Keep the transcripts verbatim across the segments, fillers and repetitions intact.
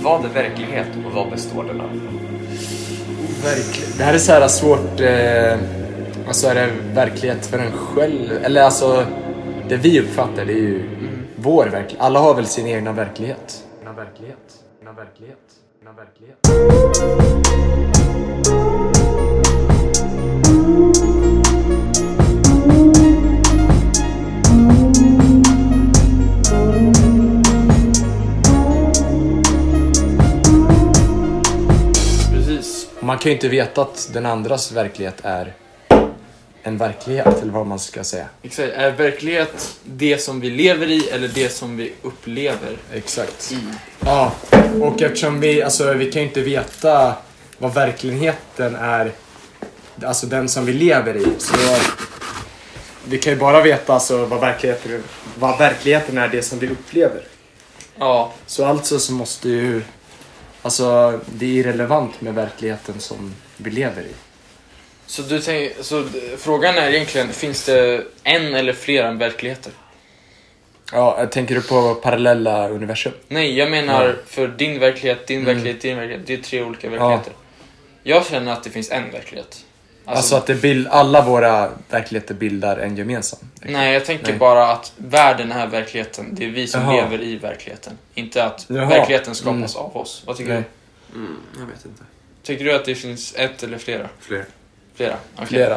Vad är verklighet och vad består den av? Verkligen. Det här är så här svårt. Eh, alltså är det verklighet för en själv? Eller alltså, det vi uppfattar, det är ju mm. vår verklighet. Alla har väl sin egna verklighet. Egna verklighet. Egna verklighet. Egna verklighet. Man kan ju inte veta att den andras verklighet är en verklighet, eller vad man ska säga. Exakt, är verklighet det som vi lever i eller det som vi upplever? Exakt. I? Ja, och eftersom vi, alltså vi kan ju inte veta vad verkligheten är, alltså den som vi lever i, så vi kan ju bara veta alltså vad verkligheten, vad verkligheten är, det som vi upplever. Ja. Så alltså så måste ju, alltså det är irrelevant med verkligheten som vi lever i. Så du tänker, så frågan är egentligen, finns det en eller flera verkligheter? Ja, tänker du på parallella universum? Nej, jag menar ja. för din verklighet, din mm. verklighet, din verklighet. Det är tre olika verkligheter. Ja. Jag känner att det finns en verklighet. Alltså, alltså att det bild, alla våra verkligheter bildar en gemensam verklighet. Nej, jag tänker Nej. bara att världen är verkligheten. Det är vi som Jaha. lever i verkligheten. Inte att Jaha. verkligheten skapas mm. av oss. Vad tycker Nej. du? Mm, jag vet inte. Tycker du att det finns ett eller flera? Flera. Flera, okay. Flera.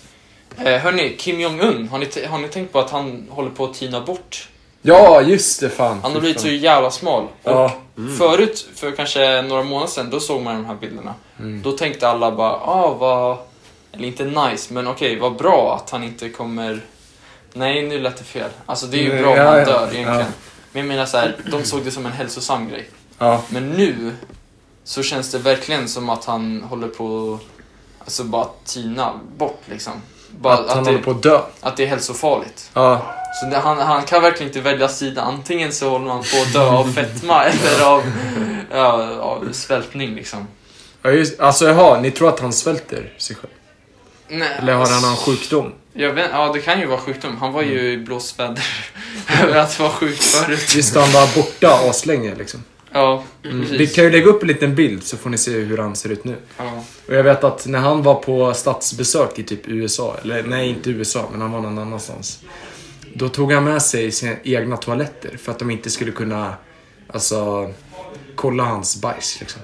Eh, hörni, Kim Jong-Un, har ni, t- har ni tänkt på att han håller på att tina bort? Ja, just det, fan. Han har blivit så jävla smal. Ja. Och mm. förut, för kanske några månader sedan, då såg man de här bilderna. Mm. Då tänkte alla bara, ah, vad... Eller inte nice, men okej, okay, vad bra att han inte kommer... Nej, nu lät det fel. Alltså det är ju bra om ja, han dör egentligen. Ja. Men jag menar så här, de såg det som en hälsosam grej. Ja. Men nu så känns det verkligen som att han håller på... Alltså bara tina bort liksom. Bara att, att han det, håller på att dö. Att det är hälsofarligt. Ja. Så det, han, han kan verkligen inte välja sida. Antingen så håller han på att dö av fetma eller av, ja, av svältning liksom. Ja, just, alltså jaha, ni tror att han svälter sig själv? Nej, eller har han en sjukdom? Jag vet, ja, det kan ju vara sjukdom. Han var ju mm. i blåsväder över att vara sjuk förut. Just han var borta aslänge liksom. Ja, mm. Vi kan ju lägga upp en liten bild så får ni se hur han ser ut nu. Ja. Och jag vet att när han var på statsbesök i typ U S A, eller nej inte U S A men han var någon annanstans. Då tog han med sig sina egna toaletter för att de inte skulle kunna alltså kolla hans bajs liksom.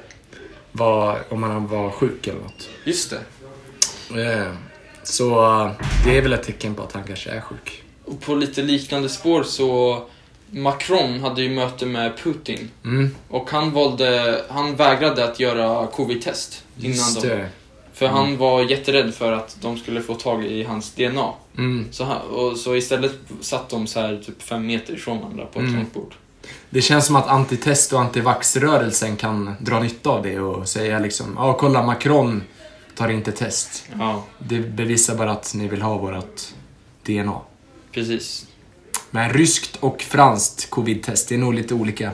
Var, om han var sjuk eller något. Just det. Eh, så det är väl ett tecken på att han kanske är sjuk. Och på lite liknande spår så Macron hade ju möte med Putin. Mm. Och han valde, han vägrade att göra covid-test innan de, för mm. han var jätterädd för att de skulle få tag i hans D N A. Mm. Så, han, och, så istället satt de så här typ fem meter ifrån varandra på ett mm. trångbord. Det känns som att antitest och antivaxrörelsen kan dra nytta av det och säga liksom, ja kolla Macron tar inte test. Ja. Det bevisar bara att ni vill ha vårat D N A. Precis. Men ryskt och franskt covid-test, det är nog lite olika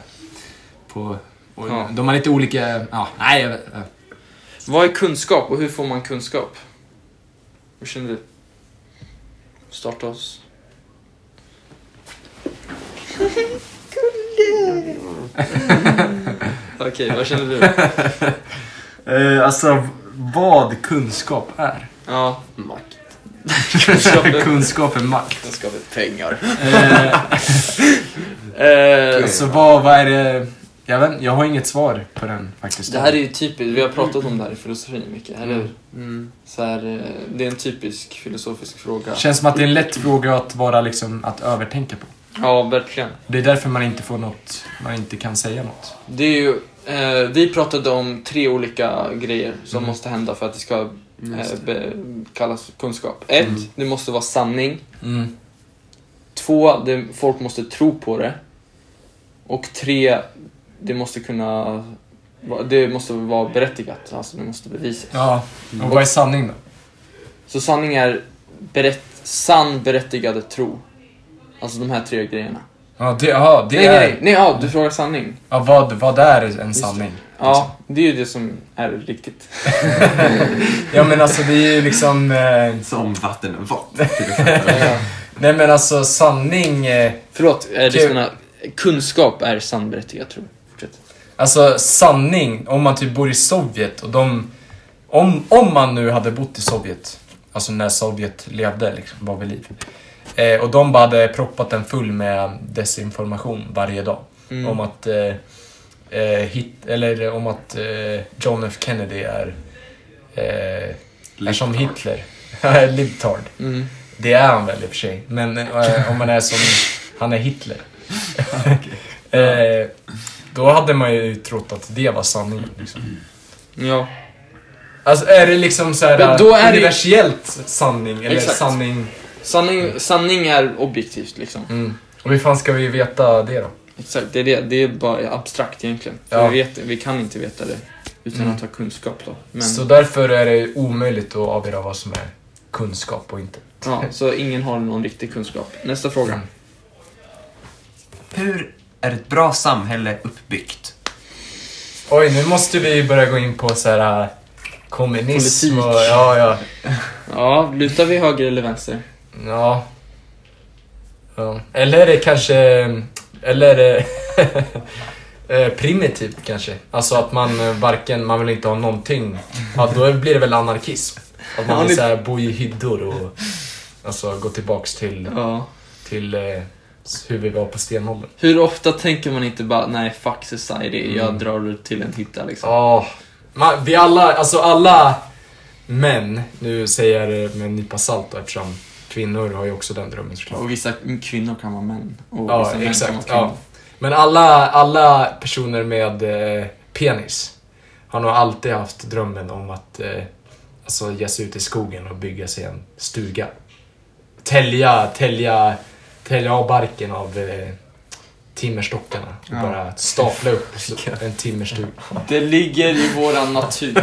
på, och ja. De har lite olika, ja, nej jag vet, ja. Vad är kunskap och hur får man kunskap? Hur känner du? Starta oss. Okej, okay, vad känner du? uh, alltså, vad kunskap är? Ja, makt. Kunskap är, kunskap är makt. Kunskap är pengar. uh, alltså, vad, vad är det? Jag vet, jag har inget svar på den faktiskt. Det här är ju typiskt, vi har pratat om det här i filosofin mycket, eller hur? Mm. Så här, det är en typisk filosofisk fråga. Känns som att det är en lätt fråga att vara liksom, att övertänka på. Ja, verkligen. Det är därför man inte får något, man inte kan säga något. Det är ju, eh, vi pratade om tre olika grejer som mm. måste hända för att det ska eh, be, kallas kunskap. Ett, mm. det måste vara sanning. Mm. Två, det, folk måste tro på det. Och tre, det måste kunna, det måste vara berättigat, alltså det måste bevisas. Ja, och vad är sanning då? Så sanning är berätt, sann berättigade tro. Alltså de här tre grejerna. Ja, det, aha, det nej, är... nej, nej, ja, du frågar sanning. Ja, vad, vad är en sanning? Ja, det är ju det som är riktigt. Ja, men alltså det är ju liksom... Eh... Som vatten och vatten. Ja. Nej, men alltså sanning... Eh... Förlåt, är det såna... kunskap är sann berättigad tro. Fortsätt. Alltså sanning, om man typ bor i Sovjet och de... Om, om man nu hade bott i Sovjet, alltså när Sovjet levde liksom, var vid liv. Eh, och de bara hade proppat den full med desinformation varje dag. Mm. Om att... Eh, eh, hit, eller om att eh, John F. Kennedy är... Eh, är som Hitler. Libtard. Mm. Det är han väl i och för sig. Men eh, om man är som... Han är Hitler. Okay. eh, då hade man ju trott att det var sanningen. Liksom. Ja. Alltså är det liksom så här då är universellt det... sanning? Eller exakt. sanning... sanning? Sanning är objektivt liksom. Mm. Och hur fan ska vi veta det då? Exakt, det är, det. Det är bara abstrakt egentligen. För ja. vi, vet, vi kan inte veta det utan mm. att ha kunskap då. Men... Så därför är det omöjligt att avgöra vad som är kunskap och inte. Ja, så ingen har någon riktig kunskap. Nästa fråga. Mm. Hur är ett bra samhälle uppbyggt? Oj, nu måste vi börja gå in på så här kommunism politik. Och, ja, ja. Ja, lutar vi höger eller vänster? Ja. Ja. Eller är det kanske... Eller är det primitivt kanske. Alltså att man varken... Man vill inte ha någonting. Ja, då blir det väl anarkism. Att man vill så här, bo i hyddor och... Alltså gå tillbaks till... Ja. Till... Eh, hur vi var på stenåldern. Hur ofta tänker man inte bara, nej, fuck society, mm. jag drar till en hitta liksom. Ja, man, vi alla, alltså alla män, nu säger jag det med en nypa salt då, eftersom kvinnor har ju också den drömmen såklart. Och vissa kvinnor kan vara män. Och ja, vissa exakt. män kan vara ja. Men alla, alla personer med eh, penis har nog alltid haft drömmen om att eh, alltså ge sig ut i skogen och bygga sig en stuga. Tälja, tälja... Tälja av barken av eh, timmerstockarna och ja. bara stapla upp en timmerstuga. Det ligger i våran natur.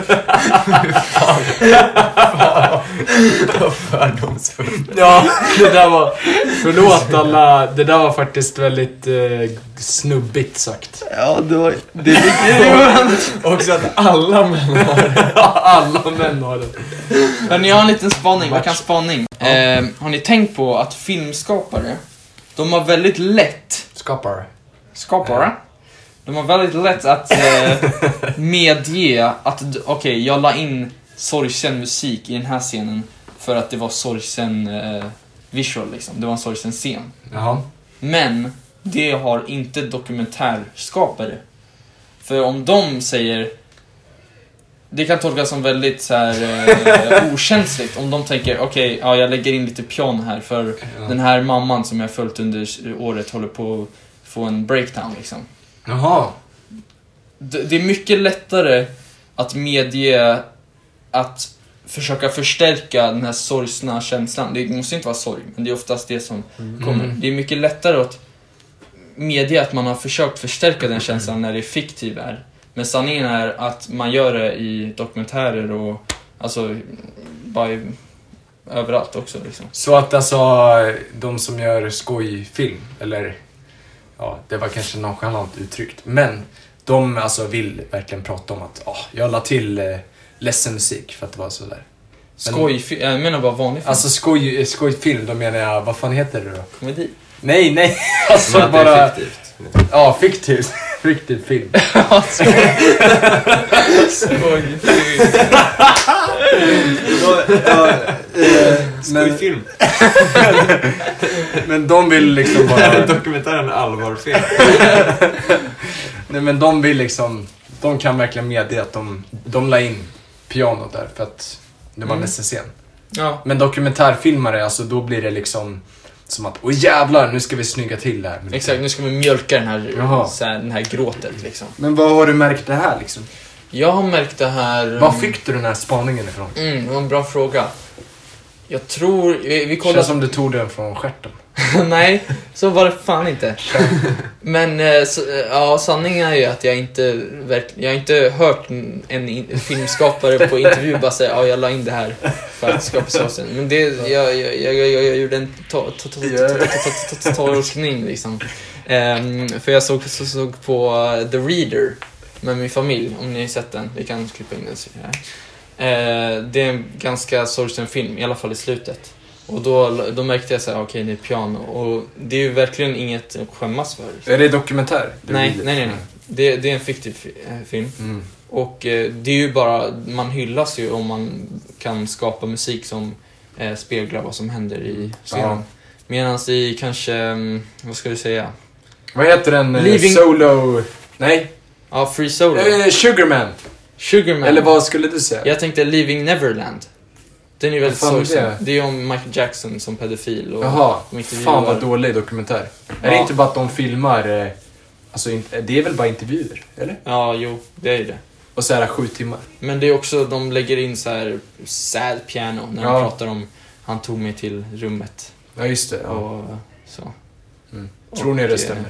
Fördomsfullt. Ja, det där var... Förlåt alla... Det där var faktiskt väldigt eh, snubbigt sagt. Ja, det var... Det ligger i våran... Också att alla män har det. Alla män har det. Men ni har en liten spaning. Vad kan spaning? Ja. Eh, har ni tänkt på att filmskapare... De har väldigt lätt... Skapare. Skapare. De har väldigt lätt att eh, medge att... Okej, okay, jag la in sorgsen musik i den här scenen för att det var sorgsen eh, visual liksom. Det var en sorgsen scen. Jaha. Men det har inte dokumentärskapare. För om de säger... Det kan tolkas som väldigt så här eh, okänsligt om de tänker okej, okay, ja, jag lägger in lite piano här för ja. den här mamman som jag följt under året håller på att få en breakdown liksom. Jaha. Det, det är mycket lättare att medge att försöka förstärka den här sorgsna känslan. Det måste inte vara sorg, men det är oftast det som mm. kommer. Det är mycket lättare att medge att man har försökt förstärka den känslan när det är fiktiv är. Men sanningen är att man gör det i dokumentärer och alltså bara i, överallt också liksom. Så att alltså de som gör skojfilm eller ja, det var kanske nonchalant uttryckt, men de alltså vill verkligen prata om att oh, jag la till eh, ledsen musik för att det var så där. Skojfilm, jag menar bara vanlig film. Alltså skoj, skojfilm, då menar jag, vad fan heter det då? Komedi. Nej, nej. Alltså men bara... det är fiktivt. Ja, fiktivt. Fiktiv film. Skojfilm. Skojfilm. Men de vill liksom bara... Dokumentären är allvarfilm. Nej, men de vill liksom... De kan verkligen medge att de, de la in pianot där för att det var mm. nästa scen. Ja. Men dokumentärfilmare, alltså då blir det liksom... Som att, åh jävlar, nu ska vi snygga till det här. Exakt, nu ska vi mjölka den här, så här, den här gråtet liksom. Men vad har du märkt det här liksom? Jag har märkt det här... Var fick du den här spaningen ifrån? Mm, det var en bra fråga. Jag tror... Vi, vi kollar... Känns som du tog den från stjärten. Nej, så var det fan inte. Men så, ja, sanningen är ju att jag inte jag har inte hört en in, filmskapare på intervju bara säga ja, jag la in det här för att skapa såsen. Men det jag jag jag jag, jag gjorde en tolkning liksom. Um, för jag såg så såg på The Reader med min familj, om ni har sett den. Vi kan klippa in den så här. Uh, det är en ganska sorgsen film, i alla fall i slutet. Och då, då märkte jag så här, okej, okay, det är piano. Och det är ju verkligen inget att skämmas för. Är det dokumentär? Nej, nej, nej, nej. det, det är en fiktiv fi- film. Mm. Och eh, det är ju bara, man hyllas ju om man kan skapa musik som eh, speglar vad som händer i scenen. Ja. Medan i kanske, mm, vad ska du säga? Vad heter den? eh, Living- Solo... Nej. Ja, Free Solo. Eh, Sugarman. Sugarman. Eller vad skulle du säga? Jag tänkte Leaving Neverland. Den är ju väldigt Vad fan är sorgsen. det? Det är om Michael Jackson som pedofil. Och Jaha, de intervjuar- fan vad dålig dokumentär. Är det Ja. inte bara att de filmar... Eh, alltså, in- det är väl bara intervjuer, eller? Ja, jo, det är ju det. Och så här sju timmar. Men det är också, de lägger in så här sad piano när Ja. de pratar om han tog mig till rummet. Ja, just det. Ja. Och så. Mm. Tror ni och, det eh, stämmer?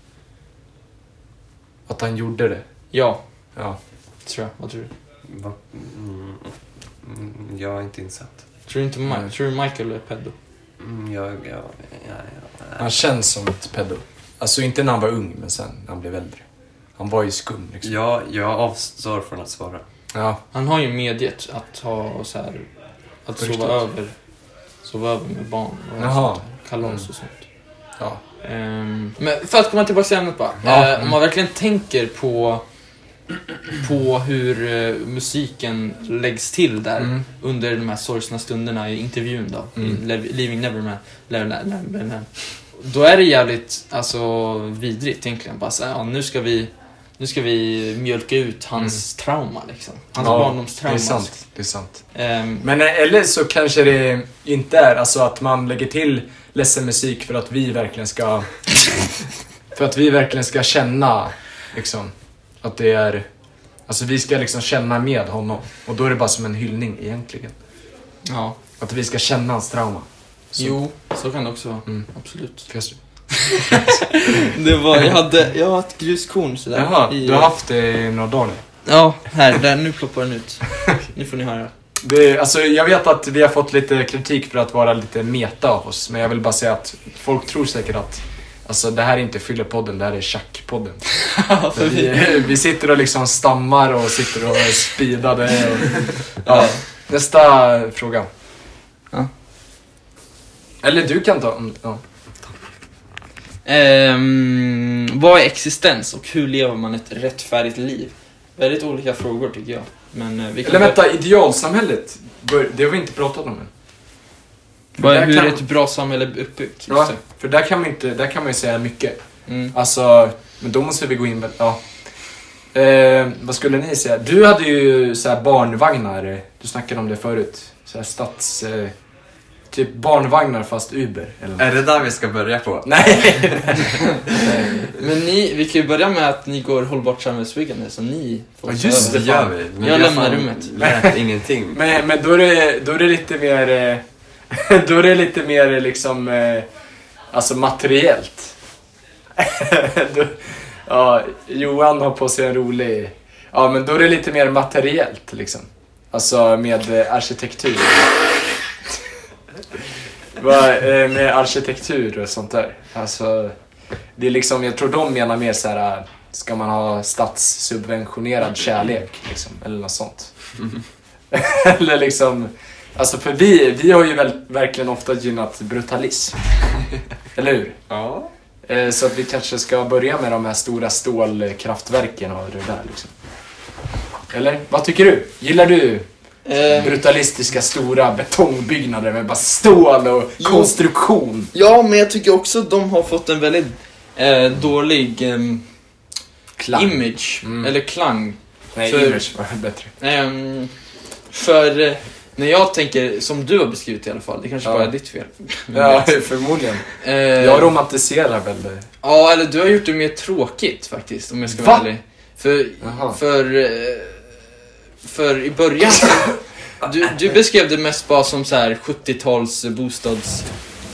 Att han gjorde det? Ja, Ja. tror jag. Vad tror du? Va? Mm, mm, jag är inte insatt. Tror du inte Ma- Nej. tror du Michael är pedo? Mm, jag, jag, ja, ja, ja. Han känns som ett pedo. Alltså inte när han var ung, men sen när han blev äldre. Han var ju skum liksom. Jag, jag avstår från att svara. Ja. Han har ju medgett att ha så här, att På sova riktigt? över sova över med barn och Jaha. sånt där. Kalas Mm. och sånt. Ja. Ehm, men för att komma tillbaka till ämnet bara. Ja, Eh, mm. om man verkligen tänker på på hur eh, musiken läggs till där Mm. under de här sorgsna stunderna i intervjun då, Mm. i Lev- Leaving Neverland, Neverland, Neverland. Då är det jävligt alltså vidrigt egentligen. Bara så här, ja, nu ska vi nu ska vi mjölka ut hans trauma liksom. Hans Ja, barndomstrauma. Det är sant. Det är sant. Ehm, Men eh, eller så kanske det inte är, alltså att man lägger till ledsen musik för att vi verkligen ska för att vi verkligen ska känna liksom att det är, alltså vi ska liksom känna med honom, och då är det bara som en hyllning egentligen, ja. att vi ska känna hans trauma. Så, Jo, så kan det också vara. Mm. Absolut. Fes- Det var, jag hade, jag har ett gruskorn sådär. Jaha, i, du har haft det i några dagar nu. Ja, här, där, nu ploppar den ut. Nu får ni höra. Det, alltså, jag vet att vi har fått lite kritik för att vara lite meta av oss, men jag vill bara säga att folk tror säkert att alltså, det här är inte Fyllepodden, det här är Tjackpodden. vi, vi sitter och liksom stammar och sitter och är speedade. Och, ja. Nästa fråga. Ja. Eller du kan ta. mm, Ja. Ehm, vad är existens och hur lever man ett rättfärdigt liv? Väldigt olika frågor tycker jag. Men eh, vi kan Eller vänta, idealsamhället, bör- det har vi inte pratat om än. Vad är, där hur kan- är ett bra samhälle uppbyggt? Ja, för där kan man inte, där kan man ju säga mycket. Mm. Alltså, men då måste vi gå in med, ja. Eh, vad skulle ni säga? Du hade ju så här barnvagnar, du snackade om det förut. Så här stats... Eh, typ barnvagnar fast Uber, eller något. Är det där vi ska börja på? Nej! Men ni, vi kan ju börja med att ni går hållbart samhällsbyggande, så ni får Ja, ta just över. Det gör vi. Men Jag vi har lämnar fan rummet. lärt ingenting. men, men då är det, då är det lite mer... Eh, då är det lite mer liksom... Eh, alltså materiellt. då, ja, Johan har på sig en rolig... Ja, men då är det lite mer materiellt liksom. Alltså med eh, arkitektur. Va, eh, med arkitektur och sånt där. Alltså, det är liksom, jag tror de menar mer så här: ska man ha statssubventionerad kärlek liksom, eller något sånt. Eller liksom, alltså för vi, vi har ju väl, verkligen ofta gynnat brutalism. Eller hur? Ja. Eh, så att vi kanske ska börja med de här stora stålkraftverken och det där liksom. Eller? Vad tycker du? Gillar du Ehm, brutalistiska stora betongbyggnader med bara stål och Jo. konstruktion? ja, men jag tycker också att de har fått en väldigt eh, dålig ehm, Klang. image, Mm. eller klang. Nej, För- image var bättre. Ehm, för eh, när jag tänker, som du har beskrivit i alla fall, det kanske Ja. bara är ditt fel. Ja, förmodligen. Eh, Jag romantiserar väl det. Ja, eller du har gjort det mer tråkigt faktiskt, om jag ska Va? vara ärlig. För, Jaha. för, eh, för i början så, du, du beskrev det mest bara som så här sjuttio-tals bostads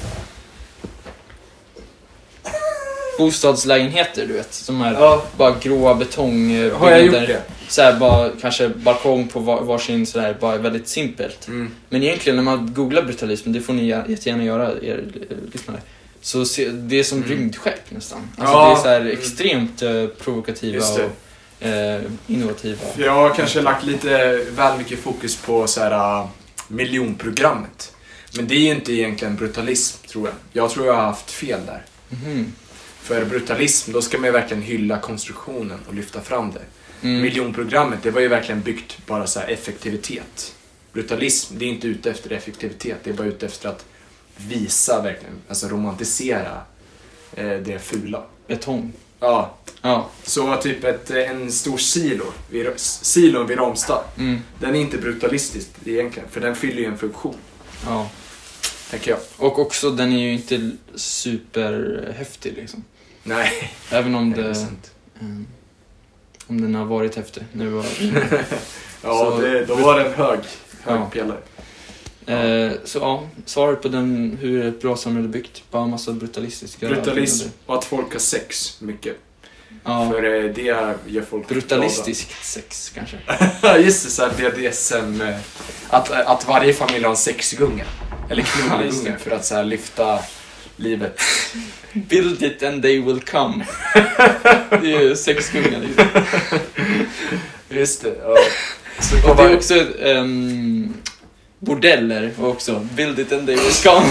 bostadslägenheter, du vet, som är Ja. bara gråa betong eh, Har jag gjort byggnader. det? Så här, bara kanske balkong på var, varsin, så där, bara väldigt simpelt. Mm. Men egentligen när man googlar brutalism, det får ni jä- jättegärna göra, er eh, lyssnare. Så se, det är som Mm. rymdskepp nästan. Alltså Ja. det är så här extremt eh, provokativa Just det. och eh, innovativa. Jag har kanske lagt lite väl mycket fokus på så här, uh, miljonprogrammet. Men det är ju inte egentligen brutalism, tror jag. Jag tror jag har haft fel där. Mhm. För brutalism, då ska man ju verkligen hylla konstruktionen och lyfta fram det. Mm. Miljonprogrammet, det var ju verkligen byggt bara så här effektivitet. Brutalism, det är inte ute efter effektivitet, det är bara ute efter att visa verkligen, alltså romantisera eh, det fula. Betong. Ja, Ja. så typ ett, en stor silo, vid, silon vid Ramstad, Mm. den är inte brutalistisk egentligen, för den fyller ju en funktion, Ja. tänker jag. Och också, den är ju inte superhäftig liksom. Nej, Även om det är det... sant. Um, om den har varit häftig. Nu var Ja, Så- det, då var den hög, hög Ja. pelare. Eh, så ja, svaret på den, hur är ett bra samhälle byggt? Bara en massa brutalistiska... Brutalism och att folk har sex mycket. Ja, För eh, det gör folk brutalistiskt sex kanske. glada. Just det, så här B D S M. eh, Att, att varje familj har en sexgunga. Eller Ja, just knullgunga det. för att så här lyfta livet. Build it and they will come. Det är sexgungar liksom. Just det, ja. Så Och på det är var... också um, bordeller och också build it and they will come.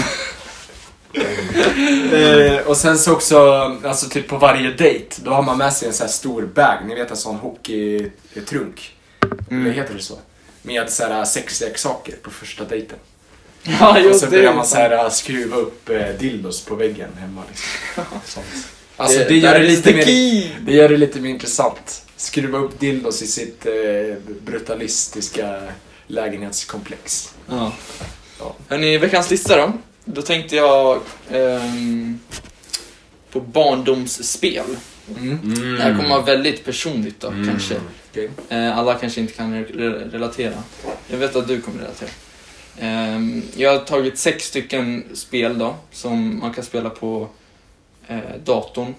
eh, och sen så också, alltså typ på varje date, då har man med sig en så här stor bag. Ni vet en sån hockeytrunk. Mm. Eller heter det så? Med så här sexleksaker på första dejten. Ja, Och just så det. börjar man så här skruva upp eh, dildos på väggen hemma liksom. Sånt. Alltså det, Det- gör that det is lite the mer, key. det gör det lite mer intressant. Skruva upp dildos i sitt eh, brutalistiska lägenhetskomplex. Ja. Ja. Hörrni, veckans lista då. Då tänkte jag ehm, på barndomsspel. Mm. Det här kommer vara väldigt personligt då, Mm. kanske. Okay. Eh, alla kanske inte kan re- relatera. Jag vet att du kommer relatera. Ehm, jag har tagit sex stycken spel då, som man kan spela på eh, datorn.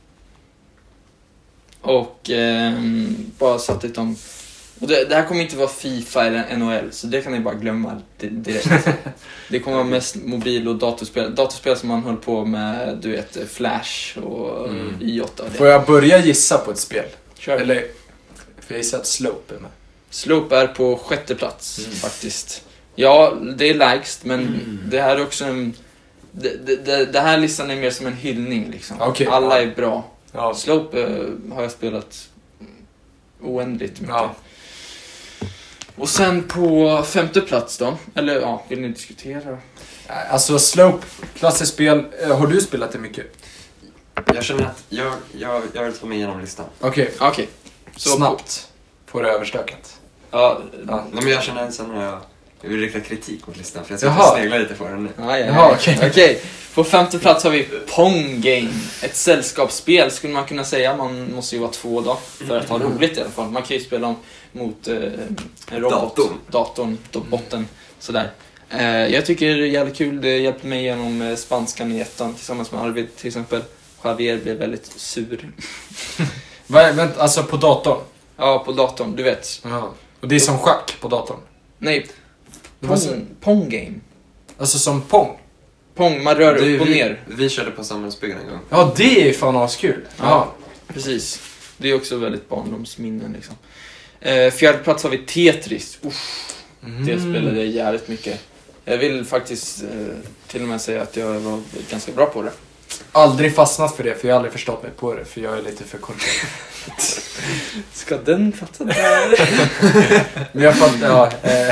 Och ehm, bara satt ut dem. Och det, det här kommer inte vara FIFA eller N H L, så det kan ni bara glömma di- direkt. Det kommer vara mest mobil- och datorspel. Datorspel som man höll på med, du vet, Flash och Mm. I åtta och det. Får jag börja gissa på ett spel? Kör. Eller, för jag gissar att Slope är med. Slope är på sjätte plats, Mm. faktiskt. Ja, det är lägst, men Mm. det här är också en... Det, det, det, det här listan är mer som en hyllning, liksom. Okej. Alla är bra. Ja. Slope eh, har jag spelat oändligt mycket. Ja. Och sen på femte plats då, eller ja, vill ni diskutera? Alltså Slope, klassiskt spel. Eh, Har du spelat det mycket? Jag känner att jag, jag, jag vill ta mig igenom listan. Okej, Okej. Så snabbt. Får det överstökat. Ja, Ja. Nej, men jag känner sen när jag, jag vill rikta kritik mot listan för jag ska Jaha. snegla lite på den nu. ja, ja, Jaha, ja. okej. Okej, på femte plats har vi Pong Game. Ett sällskapsspel skulle man kunna säga. Man måste ju vara två då, för att ha roligt i alla fall. Man kan ju spela mot eh, en robot. Datorn. Datorn, då botten, sådär. Eh, jag tycker det är jävligt kul. Det hjälpte mig genom eh, spanskan i ettan tillsammans med Arvid till exempel. Javier blev väldigt sur. Va, vänta, alltså på datorn? Ja, på datorn, du vet. Ja. Och det är som schack på datorn? Nej, Det var så- Pong, Pong Game. Alltså som Pong? Pong, man rör Du, upp och vi, ner. vi körde på samhällsbyggen en gång. Ja, det är fan askul. Ja, precis. Det är också väldigt barndomsminnen liksom. Eh, fjärde plats har vi Tetris. Uff, Mm. det spelade jag jävligt mycket. Jag vill faktiskt eh, till och med säga att jag var ganska bra på det. Aldrig fastnat för det, för jag har aldrig förstått mig på det, för jag är lite för korkad. Ska den fatta det här? Men jag fattar, ja. Eh,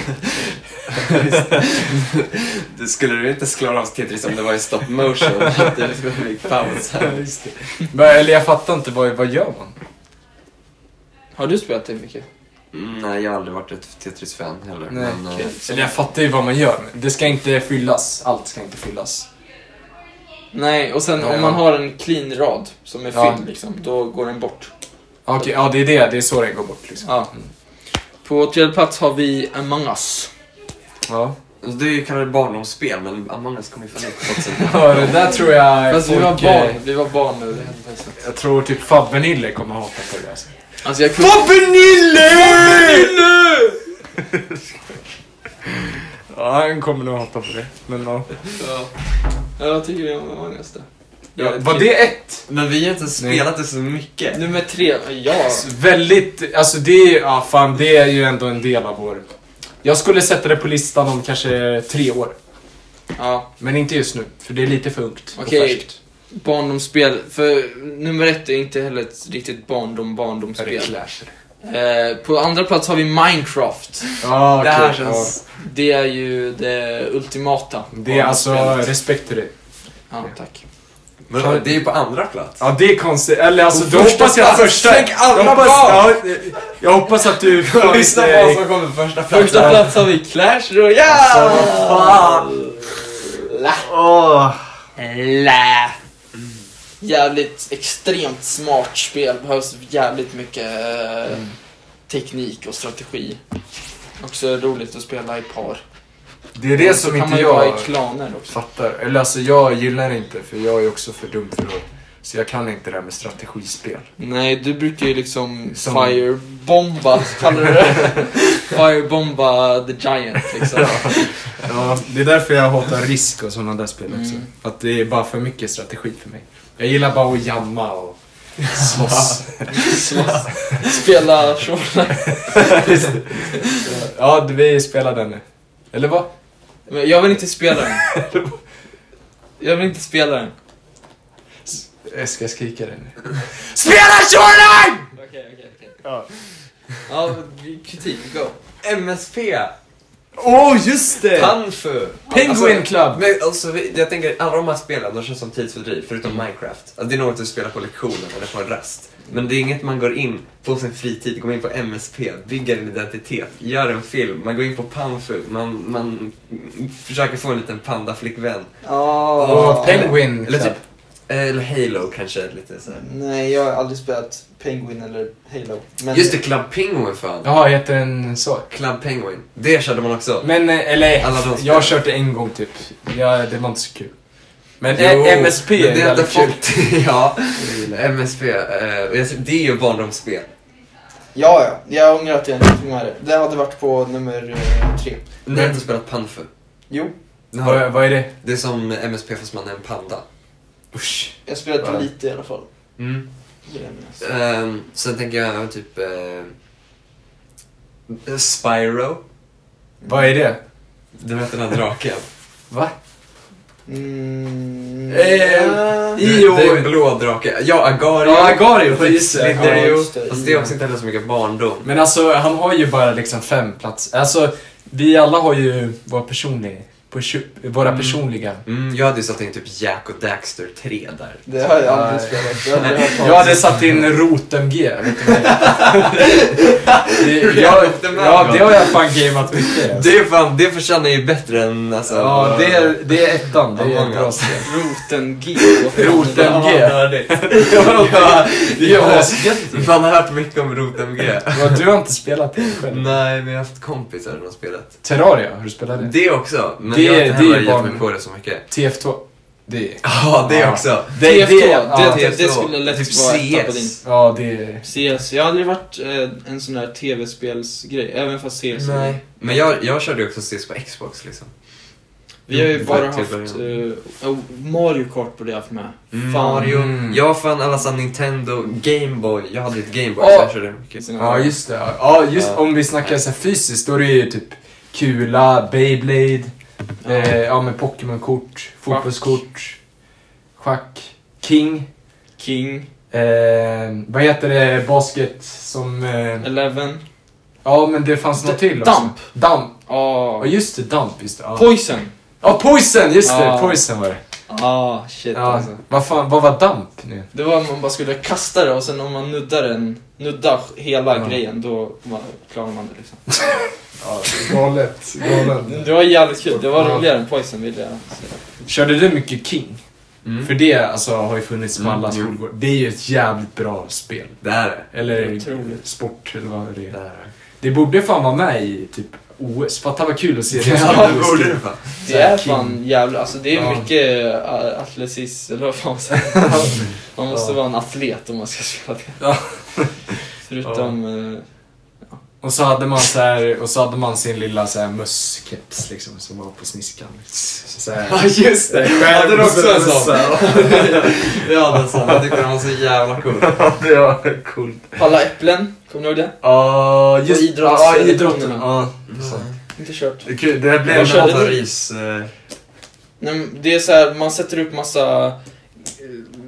Du skulle du inte klara av Tetris om det var i stop motion? Det fick paus här. just det. Men, eller jag fattar inte, vad, vad gör man? Har du spelat det mycket? Mm, nej, jag har aldrig varit ett Tetris-fan heller. Nej, men, okej. eh, Eller jag fattar ju vad man gör. men Det ska inte fyllas, allt ska inte fyllas. Nej, och sen Ja. om man har en clean rad som är Ja. fylld liksom, då går den bort. Okej, ja det är det, det är så det går bort liksom. Ja. På tredje plats har vi Among Us. Ja. alltså, det är ju kallat barndomsspel, men Among Us kommer ju fan ut tvåtusen. Ja, det där tror jag Fast vi var folk, eh, barn, vi var barn nu. det hände så. Jag tror typ Fabbenille kommer hata på det alltså. Alltså jag kunde... Fabbenille! Ja, han kommer nog hata på det. Men ja. Ja. Ja, jag tycker det är Among Us då. Ja, var det ett? Men vi har inte spelat det så mycket. Nummer tre, ja. Väldigt, alltså det är, ja fan det är ju ändå en del av vår. Jag skulle sätta det på listan om kanske tre år. Ja, Men inte just nu, för det är lite för ungt och okej. färskt. barndomsspel. För nummer ett är inte heller ett riktigt barndom barndomsspel. Eh, på andra plats har vi Minecraft. Ja, Det här okej. känns... Det är ju det ultimata. Det är alltså barndomsspelet. respekt till det. Ja, tack. Men då, det är ju på andra plats. Ja, det är konstigt. Eller alltså, På då första hoppas jag plats. första... Tänk alla jag, hoppas, barn! ja, jag hoppas att du får Lyssna på vad som kommer på första plats. Första plats har vi Clash Royale. Alltså, fan. La. Åh. La. Jävligt extremt smart spel. Behövs jävligt mycket eh, Mm. teknik och strategi. Också roligt att spela i par. Det är det Och så som kan inte man ju vara jag i klaner också. fattar. Eller alltså, jag gillar det inte, för jag är också för dum för att... Så jag kan inte det här med strategispel. Nej, du brukar ju liksom Som- firebomba, kallar du det? Firebomba the giant liksom. Ja, det är därför jag hatar risk och sådana där spel också. Mm. Att det är bara för mycket strategi för mig. Jag gillar bara att jamma och slåss. Slåss. Spela shoreline. Ja, vi spelar den nu. Eller vad? Men jag vill inte spela den. Jag vill inte spela den. Jag ska skrika den nu. Spela Shoreline! Okej, okej, okej. Ja. Ja, kritik, go. M S P. Åh, oh, just det! Panfu. Penguin Club. Men alltså, vi- jag tänker, alla de här spelen, de känns som tidsfördriv, förutom Minecraft. Alltså, det är något du spelar på lektionen eller på en rast. Men det är inget man går in på sin fritid, går in på M S P, bygger en identitet, gör en film, man går in på Panfu, man, man försöker få en liten pandaflickvän. Ja. Och Penguin Eller Club. typ, eller Halo kanske, lite så här. Nej, jag har aldrig spelat Penguin eller Halo. Men Just det, Club Penguin fan. Jaha, heter den så? Club Penguin. Det körde man också. Men, eh, eller, Alla de spel. jag har kört det en gång typ. Ja, det var inte så kul. Men Jo, eh, M S P men är det har inte väldigt kul. fått, ja, M S P. eh, och jag- Det är ju barndomsspel. Ja, ja. Jag ångrar att jag inte tog med det. Det hade varit på nummer eh, tre. Ni har inte spelat Panfu? Jo, Ni har- Vad, vad är det? Det är som M S P fast man är en panda. Usch. jag spelade Ja. lite i alla fall. Mm. Det är det, alltså. Um, sen tänker jag typ... Uh, Spyro. Vad är det? Du vet den här draken. Va? Mm, Eh, ja. I- Det, det är en blå drake. Ja, Agario. Ja, Agario, just det. Slither Ja, ju. just det. Alltså, det är också inte heller så mycket barndom. Men alltså, han har ju bara liksom fem platser. Alltså, vi alla har ju våra personliga, på, våra Mm. personliga. Mm, jag hade ju satt in typ Jack och Daxter tre där. Det har jag aldrig Nej. spelat. Jag har aldrig hört Jag talas hade om. satt in Rotem-G, vet du vad det är? Det- jag, Rotem-G. Ja, det har jag fan gameat mycket. Alltså. Det är fan, det förtjänar ju bättre än alltså... Ja, det är, det är ettan. Det är Among ett bra Us. spel. Roten G. Rotem-G. Ja, Det är asgött. man har hört mycket om Rotem-G. Vad, du har inte spelat det själv? Nej, men jag har haft kompisar som har spelat. Terraria, har du spelat det? Det också, men Det- jag har inte det är heller ju gett barn- mig på det så mycket. T F två. Det är... Ja, det Ja. också. Det, T F två, det, det- ja, det- T F två. skulle lätt typ vara etta på din. C S. ja, det är... C S, jag har aldrig varit eh, en sån där tv-spelsgrej, även fast C S. Nej, men jag, jag körde ju också C S på Xbox liksom. Vi har ju Mm, bara till haft början. eh, oh, Mario Kart på det jag haft med. Fan. Mario. Mm. Jag fann alla sån Nintendo, Gameboy. Jag hade ett Gameboy Ja. så jag körde mycket. Ja, just det. Ja, just Ja. om vi snackar så här fysiskt, då är det ju typ kula, Beyblade, Ja. eh, ja med Pokémon-kort, fotbollskort, schack, King, King, eh, vad heter det, basket som... Eh, Eleven, ja, men det fanns något till också. Dump. Dump. ah, Ja, just det, Dump, just det. Ja, Poison. ja Poison, just det, Ja. Poison var det. Ah, shit Ja, alltså. vad fan, vad var Dump nu? Det var om man bara skulle kasta det och sen om man nuddar den, nuddar hela Ja. grejen, då man, klarar man det liksom. Ja, galet, galet. Det var jävligt kul, det var Ja. roligare än Poison vill jag säga. Körde du mycket King? Mm. För det alltså, har ju funnits på Mm, alla jo. skolgårdar. Det är ju ett jävligt bra spel. Det är det. Eller Otroligt. sport eller vad det är. Det är det. Det borde fan vara med i typ O S. Fatta vad kul att se det. Ja, det borde det fan. Det är King. fan jävla, alltså det är Ja. mycket uh, atletis, eller vad fan man säger. Man måste Ja. vara en atlet om man ska spela det. Ja. Förutom, eh, Och så hade man så här, och så hade man sin lilla så här mösskeps liksom som var på sniskan. Så här. Ja, just det. Själv Hade du också en så- sån? Ja, den sån. Jag tyckte den var så jävla cool. Ja, det var coolt. Palla äpplen, kommer du ihåg det? Ja, just Och idrotts- ja, idrotten. Ja, så. Inte kört. Det är kul. Det här blev Jag Jag körde körde det. ris... eh, Nej, men det är så här, man sätter upp massa eh,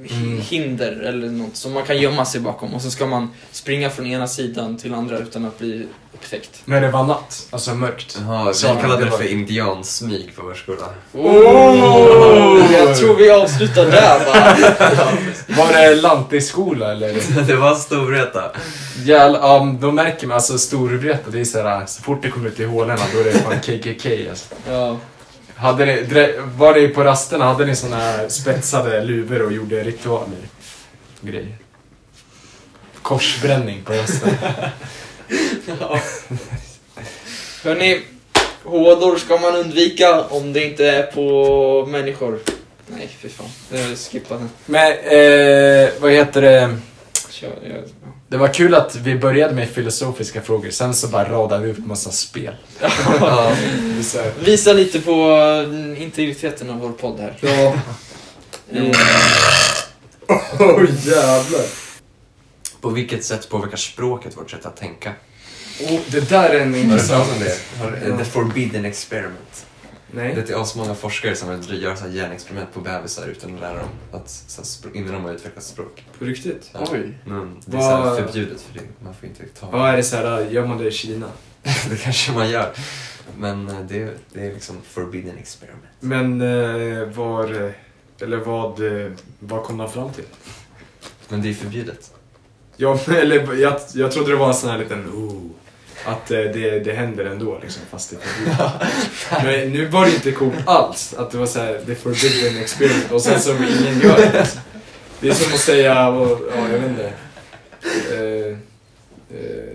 mm. hinder eller något som man kan gömma sig bakom. Och så ska man springa från ena sidan till andra utan att bli upptäckt. Men det var natt, alltså mörkt. Jaha, vi kallade det för indiansmyg på vår skola. Oh! Jag tror vi avslutar där, va? Var det Lantiskola eller? Det var Storvreta. Ja, um, då märker man alltså Storvreta, det är så här, så fort det kommer ut i hålorna då är det fan K K K alltså. Ja. Hade ni, var det på rasterna, hade ni såna här spetsade luvor och gjorde ritualer? Grejer. Korsbränning på rasten. Ja. Hörrni, hålor ska man undvika om det inte är på människor. Nej, för fan. Jag skippade den. Men, eh, vad heter det? Kör, jag... Det var kul att vi började med filosofiska frågor, sen så bara radade vi upp massa spel. Ja. Visa lite på integriteten av vår podd här. Ja. Mm. Oj, jävlar. På vilket sätt påverkar språket vårt sätt att tänka? Oh, det där är en intressant. Det. The Forbidden Experiment. Nej. Det är så många forskare som vill göra så här hjärnexperiment på bebisar utan att lära dem att, så här, innan de har utvecklat språk. På riktigt? Ja. Oj. Men det är så här förbjudet för det. Man får inte ta. Ja, är det så här, gör man det i Kina? Det kanske man gör. Men det, det är liksom Forbidden Experiment. Men eh, var, eller vad, eh, vad kom man fram till? Men det är förbjudet. Ja, eller jag, jag trodde det var en sån här liten oh, att eh, det, det händer ändå liksom, fast det är förbjudet. Men nu var det inte coolt alls att det var så här the forbidden experiment och sen så ingen gör det. Det är som att säga, och, ja jag vet inte. Eh, eh,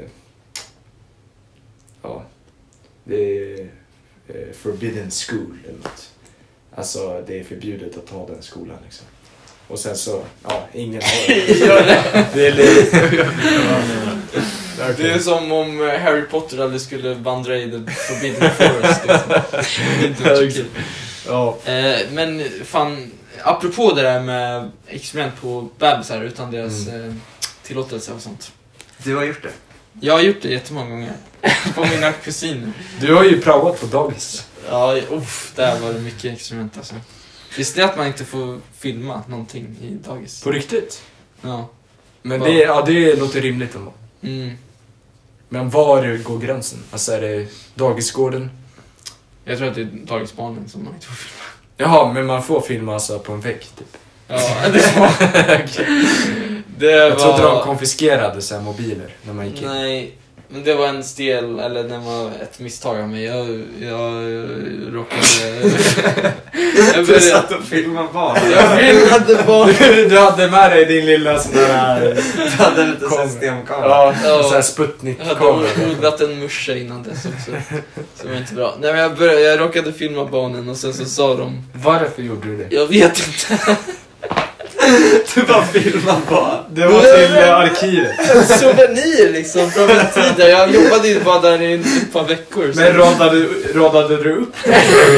ja, det är eh, forbidden school eller något. Alltså det är förbjudet att ta den skolan liksom. Och sen så, ja, ingen har det. Gör det. Det är lite... Det är som om Harry Potter aldrig skulle vandra i The Forbidden Forest. Liksom. Ja. eh, men fan, apropå det där med experiment på bebisar utan deras mm. eh, tillåtelse och sånt. Du har gjort det? Jag har gjort det jättemånga gånger. På mina kusiner. Du har ju praoat på dagis. Ja, uff, där var det mycket experiment alltså. Visst är att man inte får filma någonting i dagis? På riktigt? Ja. Men det, ja, det låter rimligt ändå. Mm. Men var går gränsen? Alltså är det dagisgården? Jag tror att det är dagisbarnen som man inte får filma. Jaha, men man får filma alltså på en vägg typ. Ja, det var... okay. Det Jag var... trodde de konfiskerade så här mobiler när man gick in. Nej, men det var en stel, eller det var ett misstag av mig. Jag, jag råkade... jag Du satt och filmade barn. Jag filmade barn. Du, du hade med dig din lilla sån där... Du hade en liten systemkamera. Ja, Ja. sån här Sputnik-kamera. Jag hade odlat en musha innan dess också. Så det var inte bra. Nej, men jag, började, jag råkade filma barnen och sen så sa de... Varför gjorde du det? Jag vet inte. Du bara filmade barn. Det var till eh, arkivet. En souvenir liksom från en tid där jag jobbade ju bara där i ett par veckor. Så. Men radade, radade du upp det?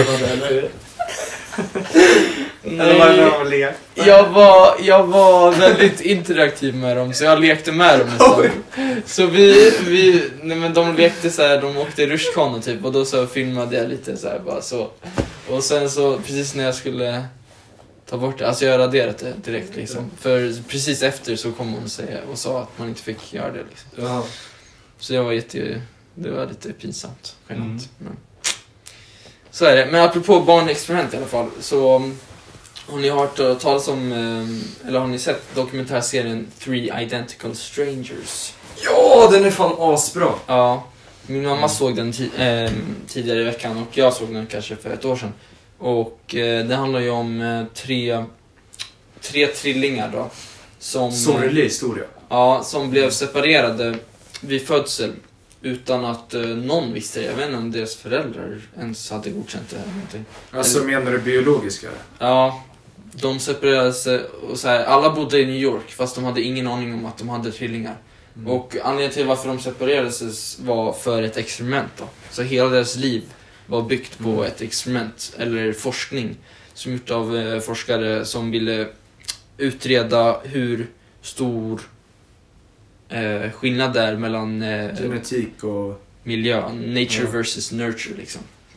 Eller var det när de lekte? Jag var, jag var väldigt interaktiv med dem, så jag lekte med dem nästan. Så vi, vi nej men de lekte så här, de åkte rutschkana typ, och då så filmade jag lite så här bara så. Och sen så precis när jag skulle ta bort det, alltså jag raderade det direkt liksom. För precis efter så kom hon och, säga, och sa att man inte fick göra det liksom. Ja. Så det var jätte, det var lite pinsamt, genant. Mm. Men. Så är det, men apropå barnexperiment i alla fall, så har ni hört talas om, eller har ni sett dokumentärserien Three Identical Strangers? Ja, den är fan asbra. Ja, min mamma mm. såg den ti- äh, tidigare i veckan och jag såg den kanske för ett år sedan. Och äh, det handlar ju om äh, tre, tre trillingar då. Som, sorglig historia. Ja, som blev separerade vid födsel. Utan att uh, någon visste det. Jag vet inte om deras föräldrar ens hade godkänt det här. Någonting. Alltså eller, menar du biologiska? Ja, de separerades och så här, alla bodde i New York fast de hade ingen aning om att de hade tvillingar. Mm. Och anledningen till varför de separerades var för ett experiment då. Så hela deras liv var byggt på mm. ett experiment eller forskning som gjort av eh, forskare som ville utreda hur stor Eh, skillnad där mellan eh, genetik och miljö, nature ja. versus nurture liksom.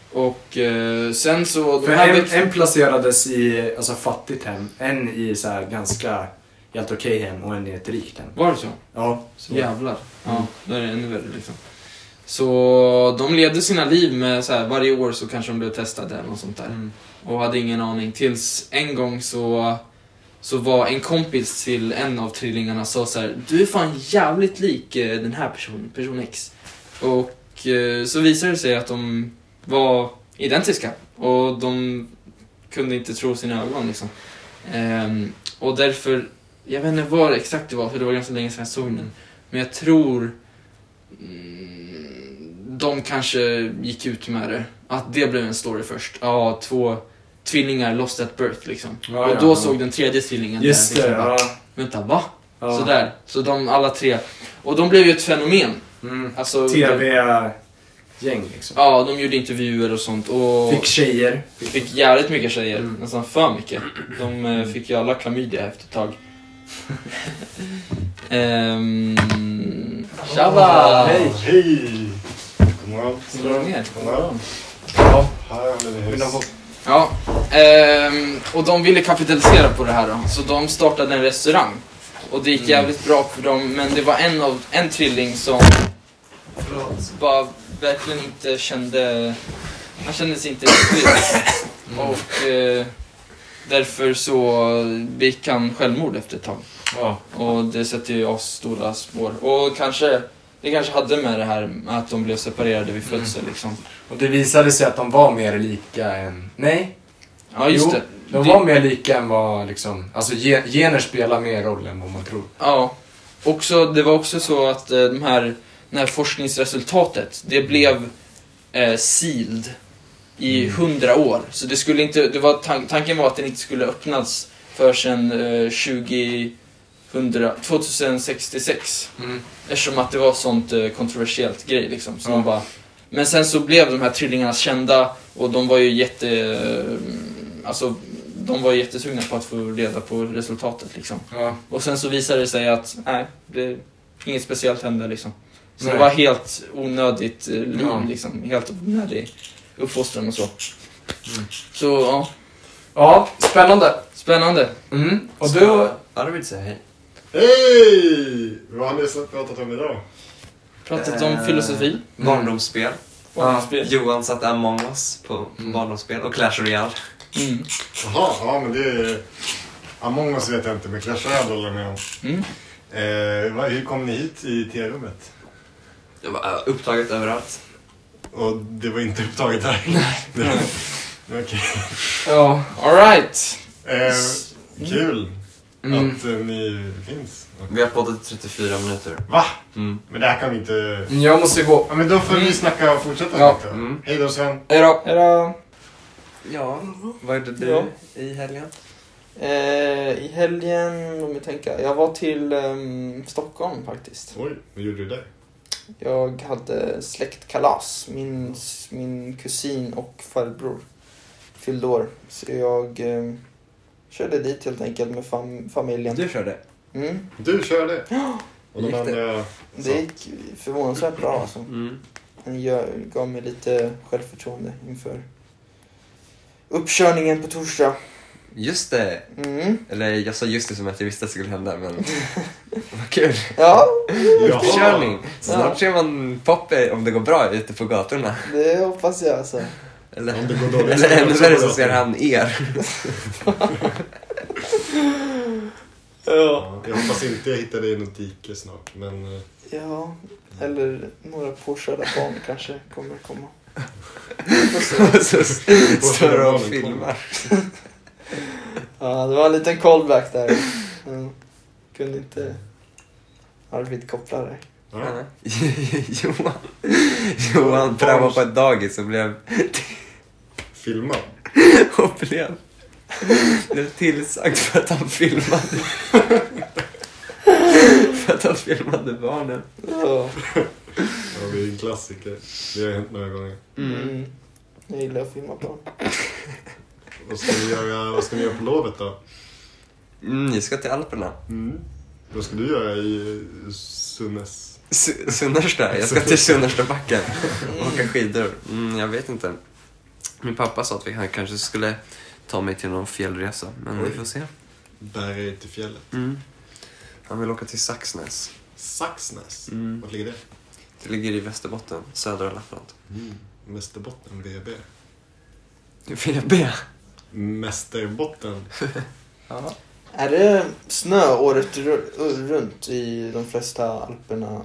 Och eh, sen så... För en, en placerades i alltså, fattigt hem, en i så här ganska helt okej hem och en i ett rikt hem. Var det så? Ja. Så. Jävlar. Ja, då är det ännu värre liksom. Så de levde sina liv med så här, varje år så kanske de blev testade eller något sånt där. Mm. Och hade ingen aning. Tills en gång så, så var en kompis till en av trillingarna sa så här: du är fan jävligt lik eh, den här personen, person X. Och eh, så visade det sig att de var identiska. Och de kunde inte tro sina ögon liksom. Ehm, och därför, jag vet inte vad exakt det var, för det var ganska länge sedan jag såg den. Men jag tror mm, de kanske gick ut med det. Att det blev en story först. Ja, två tvillingar lost at birth liksom. Ja, och ja, då ja. såg den tredje tvillingen Just där. det, Liksom, bara, ja. vänta, va? Ja. Sådär. Så de alla tre. Och de blev ju ett fenomen. Mm. Alltså, T V-gäng liksom. Ja, de gjorde intervjuer och sånt. Och Fick tjejer. fick jävligt mycket tjejer. Mm. Nästan för mycket. De eh, fick ju alla klamydia efter ett tag. Ehm... Tjaba! Hej. Hej! God morgon. Slår de ner? God morgon. Ja. Här håller vi Vill du hus. ha- Ja, ehm, och de ville kapitalisera på det här då. Så de startade en restaurang. Och det gick jävligt bra för dem. Men det var en av en trilling som bara verkligen inte kände... Han kände sig inte riktigt. Och eh, därför så begick han självmord efter ett tag. Ja. Och det sätter ju oss stora spår. Och kanske, det kanske hade med det här att de blev separerade vid födsel liksom. Och det visade sig att de var mer lika än... Nej. Ja, just Jo, det. De det... var mer lika än vad liksom... Alltså ge- gener spelar mer roll än vad man tror. Ja. Också, det var också så att eh, de här, det här forskningsresultatet, det blev eh, sealed i hundra år. Så det skulle inte, det var tan- tanken var att den inte skulle öppnas förrän eh, tjugo tjugosextiosex. Mm. Eftersom att det var sånt eh, kontroversiellt grej liksom. Så Ja. de bara... Men sen så blev de här trillingarna kända och de var ju jätte... eh, Alltså, de var jättesugna på att få reda på resultatet liksom. Ja. Och sen så visade det sig att nej, det inget speciellt hände liksom. Så Nej. det var helt onödigt eh, liv Ja. liksom. Helt onödig uppfostran och så. Mm. Så ja, Ja, spännande. spännande. Mm. Och då... Ja, då vill jag säga hej. Hej! Vad har ni så pratat om idag? Pratat om Eh, filosofi. Barndomsspel. Barndomsspel. Johan satt Among Us på Mm. barndomsspel och Clash Royale. Mm. Jaha, ja men det är... Among Us vet jag inte, men Clash Royale håller jag med om. Mm. Eh, vad- hur kom ni hit i T-rummet? Det var äh, upptaget överallt. Och det var inte upptaget här? Nej. Okej. Ja. All right. Eh, kul Mm. att eh, ni finns. Vi har poddat i trettiofyra minuter. Va? Mm. Men det här kan vi inte... Jag måste gå. Ja men då får vi Mm. snacka och fortsätta Ja. snacka. Mm. Hej då Sven. Hejdå. Hejdå. Ja, vad är det du Ja. i helgen? Eh, I helgen, om jag tänker, jag var till ehm, Stockholm faktiskt. Oj, vad gjorde du där? Jag hade släktkalas. Min, min kusin och farbror fyllde år. Så jag eh, körde dit helt enkelt med fam- familjen. Du körde. Mm. Du körde? Och de Gick det? andra... Det gick förvånansvärt bra alltså. Mm. Den gör- gav mig lite självförtroende inför uppkörningen på torsdag. Just det. Mm. Eller jag sa just det som att jag visste att det skulle hända, men vad kul. Ja, Jaha. Uppkörning. Så Ja. snart ser man Poppe om det går bra ute på gatorna. det hoppas jag alltså. Eller, Om det går dåligt eller så ännu också värre på så ser gatorna. han er. Ja. Ja, jag hoppas inte jag hittar dig i något dike snart, men... eh, Ja, eller några påkörda barn kanske kommer komma. Och så står och filmar. Ja, det var en liten callback där. Mm. Kunde inte Arvid koppla det. Ja. Johan Johan prövade på ett dagis och blev Filma. och blev blev tillsagd för att han filmade för att han filmade barnen. Ja. Ja, det är en klassiker. Det har hänt några gånger. Mm. Jag gillar att filma barn. Vad ska ni göra, vad ska ni göra på lovet då? Mm, jag ska till Alperna. Mm. Vad ska du göra i Sunnes? Su- Sunnarsta, jag ska till Sunnarstabacken och åka skidor. Mm, jag vet inte. Min pappa sa att vi han kanske skulle ta mig till någon fjällresa. Men Oj. vi får se. Berg till fjället. Mm. Han vill åka till Saxnäs. Saxnäs? Mm. Vart ligger det? Det ligger i Västerbotten, södra Lappland. Mm. Västerbotten, V B. V B? Mästerbotten. Ja. Är det snö året ru- runt i de flesta alperna?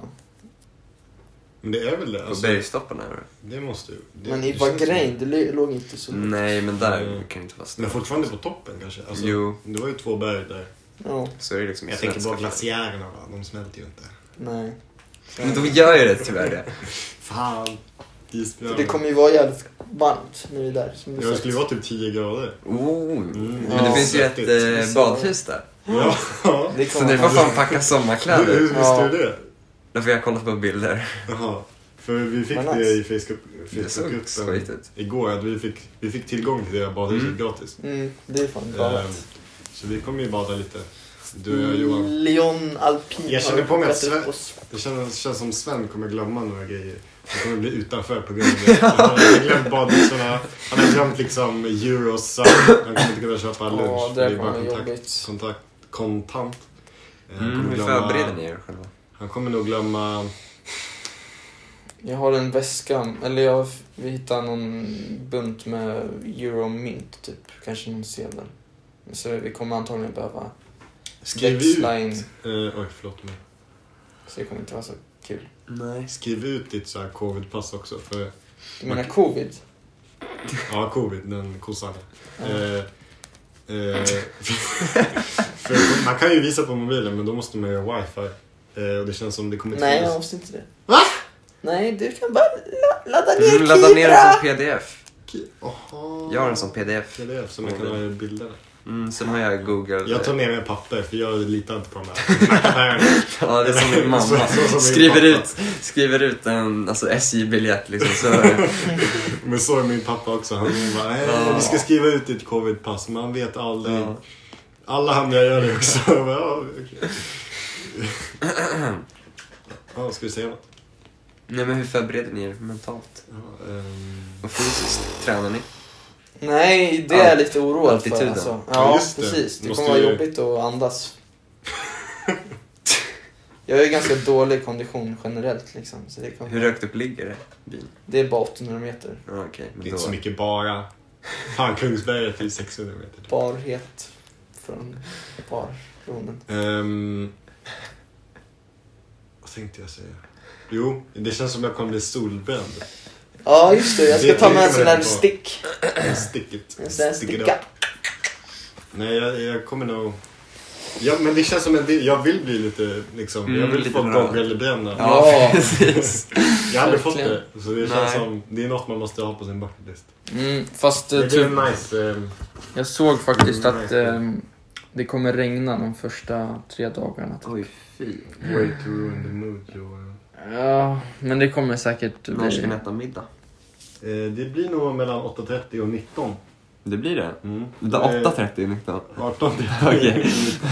Men det är väl det? På Alltså, bergstopparna är det. det måste ju... Det, Men i det känns Wagrain, det li- låg inte så... Nej, men där Mm. kan det inte vara som- snö. Men fortfarande på toppen kanske? Alltså, Jo. Det var ju två berg där. Ja, Så är det liksom Jag tänker svenska på fjäll. glaciärerna, va? De smälter ju inte. nej. Men de gör ju det tyvärr det. Fan. För Isbjörn. det kommer ju vara jävligt varmt nu där. Som du Ja, det sagt. skulle vara typ tio grader. Oh. Mm. Men det Ja, finns ju ett svettigt. eh, badhus där. Ja. Det Så kommer ni får man- fan packa Hur, sommarkläder. hur visste Ja. du det? Därför jag har kollat på bilder. Jaha. För vi fick Vad det nice. i Facebook, Det såg Facebookgruppen skitigt. igår. Att vi, fick, vi fick tillgång till det badhuset Mm. gratis. Mm, det är fan Ehm, galet. så vi kommer ju bada lite. Du och jag, Johan. Leon Alpin Jag har känner på mig att plockat upp Sven- oss. Det känns, känns som Sven kommer glömma några grejer. Han kommer bli utanför på grund av det. Han har glömt badbyxorna. Han har glömt liksom euros. Han kommer inte kunna köpa lunch. Ja, för det är bara kommer kontakt, jobbigt. kontakt, kontant. Eh, Han, Mm, kommer hur glömma, förbereder ni er själva? han kommer nog glömma... Jag har en väska, eller jag, vi hittar någon bunt med euromynt typ. Kanske någon sedel. Så vi kommer antagligen behöva Skriv ut... växla in. Eh, oj, förlåt mig. Så det kommer inte vara så kul. Nej. Skriv ut ditt så här covid-pass också. För, Du menar covid? ja, covid, den kossan. Ja. Eh, eh, för man kan ju visa på mobilen, men då måste man ju ha wifi. Eh, och det känns som det kommer Nej, jag finnas- måste inte det. Va? Nej, du kan bara la- ladda ner Mm, ladda ner den som P D F. Aha. Jag har den som P D F. P D F som jag kan ha i bilderna. Mm, sen har jag Google. Jag tar med mig papper för jag litar inte på de här. Ja, det är som min mamma. Så- så som min Skriver pappa. ut, skriver ut en alltså, S J-biljett liksom. Så, Men så är min pappa också. Han bara, nej, Ja. vi ska skriva ut ditt covid-pass. Man vet aldrig. ja. Alla andra gör det också. Jag bara, ja, okej. Ja, ska vi säga något? Nej, men hur förbereder ni er mentalt? Ja, ehm, Och fysiskt? Tränar ni? Nej, det är jag lite oroad för. Altituden. Alltså. Ja, Ja, just det. precis. Det Måste kommer vara ju- jobbigt att andas. Jag är ganska dålig kondition generellt liksom. Så det, kommer... Hur högt upp ligger det? Bin? det är bara åttahundra meter. Ja, okej. det men är då... inte så mycket bara. Fan, Kungsberget är sexhundra meter. Barhet från barronden. Um, vad tänkte jag säga? Jo, det känns som jag kommer bli solbränd. Ja, just det. Jag ska Det ta med en tänker sån man där inte på. stick. Sticket. En sån där Stick it sticka. up. Nej, jag, jag kommer nog... Ja, men det känns som att jag vill bli lite, liksom, Mm, jag vill lite få bra. goggelbränna. Ja, Ja. precis. Jag har aldrig fått verkligen. det, så det känns Nej. som, det är något man måste ha på sin bucketlist. Mm, fast eh, Det typ, är nice. ehm, jag såg faktiskt Mm, att nej. eh, det kommer regna de första tre dagarna. typ. Oj, fy. way to ruin the mood, Johan. Ja, men det kommer säkert När ska ni bli... äta middag? Eh, det blir nog mellan åtta trettio och nitton. Det blir det? Mm. Det är åtta trettio nitton. arton Okej.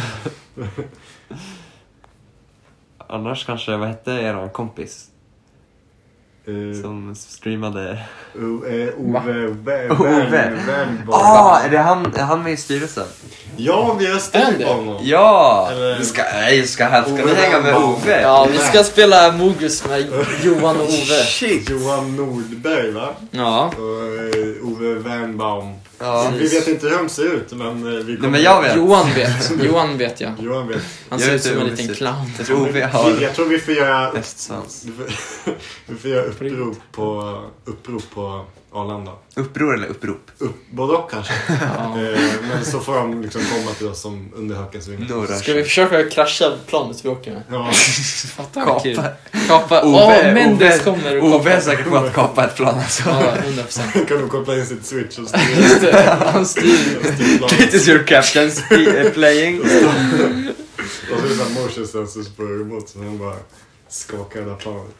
Annars kanske, vad hette eran kompis Eh, som streamade? O- eh, Va? Ove Vä- Ove. Vän- Vänborg. Ah, är det han, är han med i styrelsen? Ja, vi har Är ställt det? på honom. Ja! Eller- Du ska, nej, ska, här, ska ni Ove hänga med Wernbaum. Ove? Ja, vi ska spela Mogus med Johan och Ove. Shit! Johan Nordberg, va? Ja. Och eh, Ove Wernbaum. Ja. Vi vet inte hur de ser ut, men eh, vi kommer... Nej, men jag vet. Johan vet. Johan vet jag. Johan vet. Han Jag ser vet ut som hur en Ove liten ser ut. clown. Jag tror Ove Vi- har Jag tror vi får göra... hästsvans. Vi får, vi får göra upprop på, upprop på Arlanda. Uppror eller upprop? Upp, både och kanske. Ja. Eh, men så får de liksom komma till oss som under hökens vingar. Några Ska vi försöka krascha planet vi åker med? Ja, Fattar vad kul. Kapa. Kapa. Ove, Åh, Mendes Ove- kommer och Ove är kapar. säkert på att kapa ett plan alltså. Ja, hundra procent. kan de koppla in sitt switch och styra. Just det, han styr. styra planet. It is your captain spe- uh, playing. Och så är det så här motion sensors på remote så han bara skakar hela planet.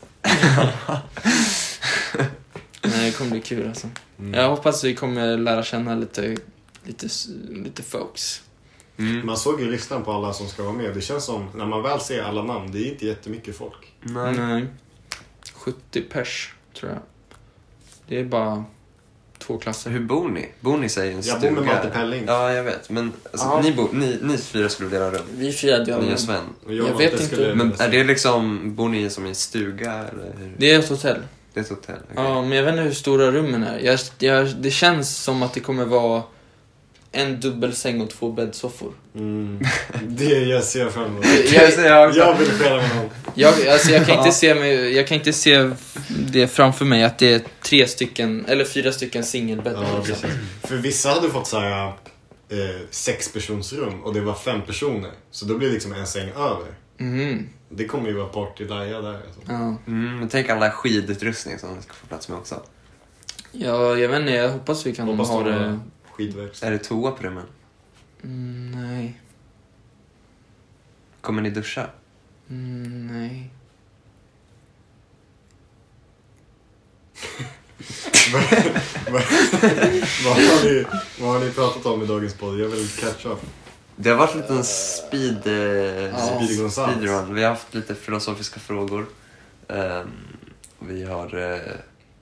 Nej, det kommer bli kul alltså. Mm. Jag hoppas vi kommer lära känna lite, lite, lite folks. Mm. Man såg ju listan på alla som ska vara med. Det känns som, när man väl ser alla namn, det är inte jättemycket folk. Nej. Nej. sjuttio pers, tror jag. Det är bara två klasser. Hur bor ni? Bor ni sig i en Jag stuga? bor med Malte Pelling. Ja, jag vet. Men alltså, Ja. ni, bor, ni, ni fyra skulle dela rum. Vi fyra delar Ni rum. och Sven. Och Jag och vet Malte inte. skulle- Men är det liksom, bor ni som i en stuga eller hur? Det är ett hotell. Det är ett hotell? okej. Ja, men jag vet inte hur stora rummen är. Jag, jag, det känns som att det kommer vara en dubbelsäng och två bäddsoffor. Mm. Det jag ser fram emot. Jag, jag, Jag vill spela med någon. jag, alltså jag, kan inte se mig, jag kan inte se det framför mig att det är tre stycken, eller fyra stycken singelbäddar. Ja, liksom. precis. För vissa hade fått så här eh, sexpersonsrum och det var fem personer. Så då blir det liksom en säng över. Mhm. Det kommer ju vara partylaja där. Alltså. Ja. Mm, men tänk alla skidutrustning som ni ska få plats med också. ja, jag vet inte, jag hoppas vi kan Hoppas ha de det. har skidverkstad. Är det toa på rummen? Mm, nej. Kommer ni duscha? Mm, nej. vad, vad, vad, har ni, vad har ni pratat om i dagens podd? Jag vill catch up. Det har varit lite en speed, eh, Ja. Speedy Gonzales. speedrun. Vi har haft lite filosofiska frågor. Ehm, vi har... Eh,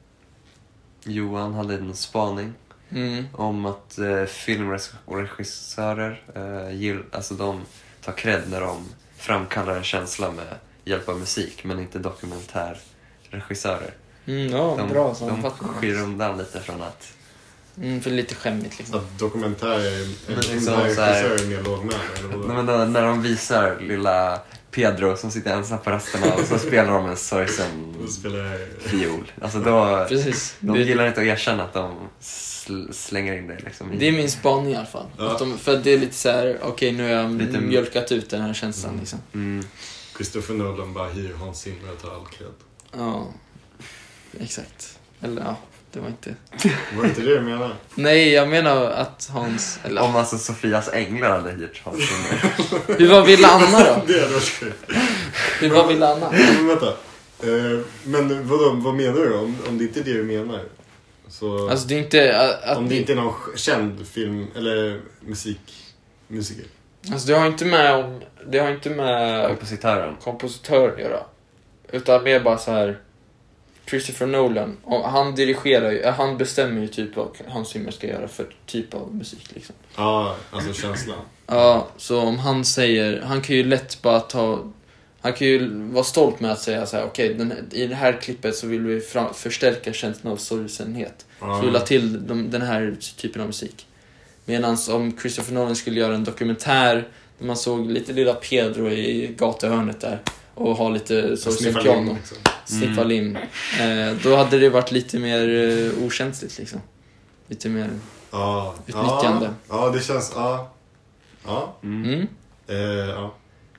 Johan hade en spaning Mm. om att eh, filmregissörer eh, gill, alltså de tar cred när de framkallar en känsla med hjälp av musik, men inte dokumentärregissörer. Mm, ja, De, bra de sammanfattning. skyr undan lite från att... Mm, för lite skämmigt liksom. Att dokumentär är Men en liksom dokumentär så här- regissör är mer lågmäld. eller vadå? Nej, men då, när de visar lilla Pedro som sitter ensam på rasterna och så spelar de en sorgsen Då spelar jag... fiol. Alltså då, Precis. de Det, gillar inte att erkänna att de sl- slänger in det liksom i... det är min spaning i alla fall. Ja. Att de, för att det är lite så här: okej nu har jag Lite- mjölkat ut den här känslan liksom. Mm. Christopher Nolan bara hyr Hans Zimmer och tar all cred. Ja, exakt. Eller ja, det var inte... Var det inte det du menar? Nej, jag menar att Hans... Eller, Om alltså Sofias änglar hade hyrt Hans Zimmer. hur var Villa Anna då? Det hade varit kul. Hur var Villa Anna? Men vänta. Eh, men vadå, vad menar du om, om det inte är det du menar? Så, Alltså det är inte... Att, att om det inte är någon känd film eller musik, musiker. Alltså det har inte med om... Det har inte med Kompositören. kompositör att göra. Utan mer bara så här... Christopher Nolan, och han dirigerar ju, han bestämmer ju typ vad Hans Zimmer ska göra för typ av musik liksom. Ja, alltså känslan. Ja, så om han säger, han kan ju lätt bara ta, han kan ju vara stolt med att säga så här: okej, den, i det här klippet så vill vi fram, förstärka känslan av sorgsenhet. Så vi la till de, den här typen av musik. Medan om Christopher Nolan skulle göra en dokumentär där man såg lite lilla Pedro i gatuhörnet där och ha lite sorgsen piano, Liksom. sniffa lim, eh, då hade det varit lite mer eh, okänsligt liksom. Lite mer Ja, utnyttjande. Ja, ja, det känns... Ja. Ja. Mm. mm. Eh, ja.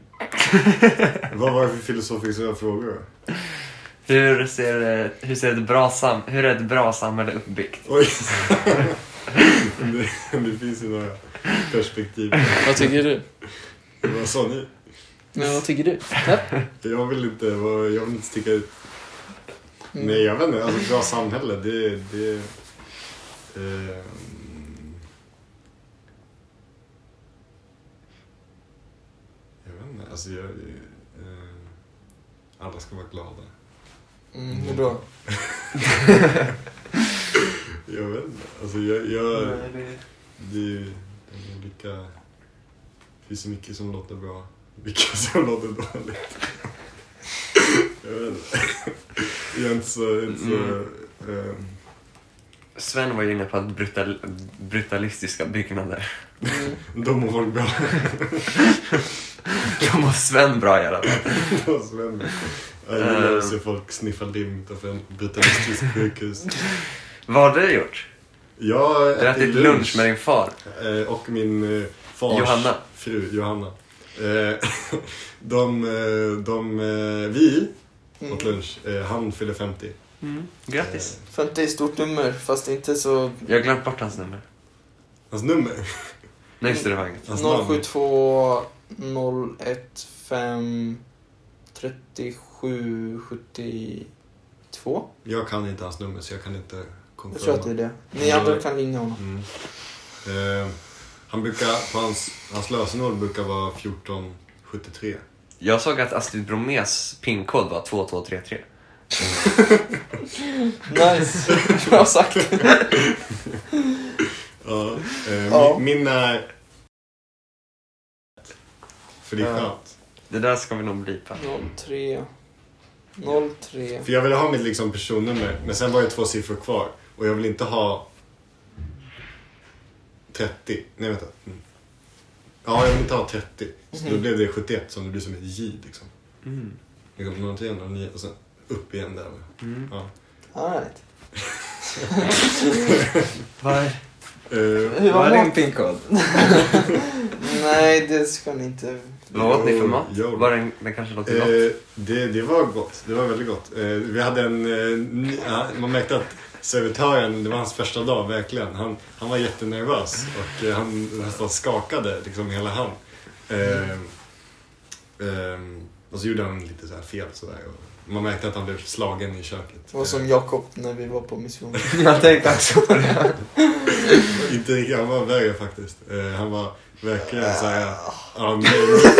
Vad var det för filosofiska frågor då? Hur ser, det- hur ser ett bra sam, hur är ett bra samhälle uppbyggt? Oj. det, det finns ju några perspektiv. Vad tycker du? Vad sa ni? Men vad tycker du? Ja. Jag vill inte, vara- jag vill inte sticka ut. Mm. Nej, jag vet inte. Alltså, bra samhälle, det... det eh, jag vet inte. Alltså, jag... Eh, alla ska vara glada. Mm, hur då? Jag vet inte. Alltså, jag... jag det är ju olika... Det finns så mycket som låter bra. Mycket som låter dåligt. Jag vet inte. Jag är inte så... Inte så Mm. eh, Sven var ju inne på att brutal, brutalistiska byggnader. Mm. de mår folk bra. Då mår Sven bra i alla fall. De svämmer. Jag gillar att se folk sniffa lim utanför en brutalistisk sjukhus. Vad har du gjort? Jag Du har ätit lunch med din far. eh, och min eh, fars Johanna. fru, Johanna. Eh, de, eh, de, eh, vi åt lunch. Eh, han fyller femtio. Mm. Grattis. femtio är stort nummer, fast inte så... Jag har glömt bort hans nummer. Hans nummer. Nej, just det, det var inget. Hans noll namn. sju två noll ett fem tre sju sju två. Jag kan inte hans nummer så jag kan inte Jag tror att det är det. Ni andra kan ringa honom. Mm. Eh, han brukar, på hans, hans lösenord brukar vara fjorton sjuttiotre. Jag såg att Astrid Bromés pinkod var två två tre tre. Nice. Bra sagt. Ja, eh, Ja. Min, min är... För det är Ja. skönt. Det där ska vi nog blipa. noll tre noll tre För jag ville ha mitt liksom personnummer, men sen var det två siffror kvar. Och jag vill inte ha trettio. Nej, vänta. Mm. Ja, jag vill inte ha trettio. Så då blev det sjuttioett som det blir som ett J liksom. Mm. Liksom noll tre noll nio och sen upp igen där. Mm. Ja. All right. Vad Eh, Hur vad var är din mat? pinkod? Nej, det ska ni inte. Vad åt ni för mat? Jo. Var den, den kanske låter gott? Eh, det, det var gott. Det var väldigt gott. Eh, vi hade en... Eh, ny, ja, man märkte att servitören, det var hans första dag, verkligen. Han, han var jättenervös och eh, han nästan skakade liksom hela han. Eh, eh, och så gjorde han lite så här fel sådär. Och man märkte att han blev slagen i köket. Det var som Jakob när vi var på mission. Jag tänkte också på det. Eh, inte riktigt, han var värre faktiskt. Eh, han var verkligen såhär... Ja, nej,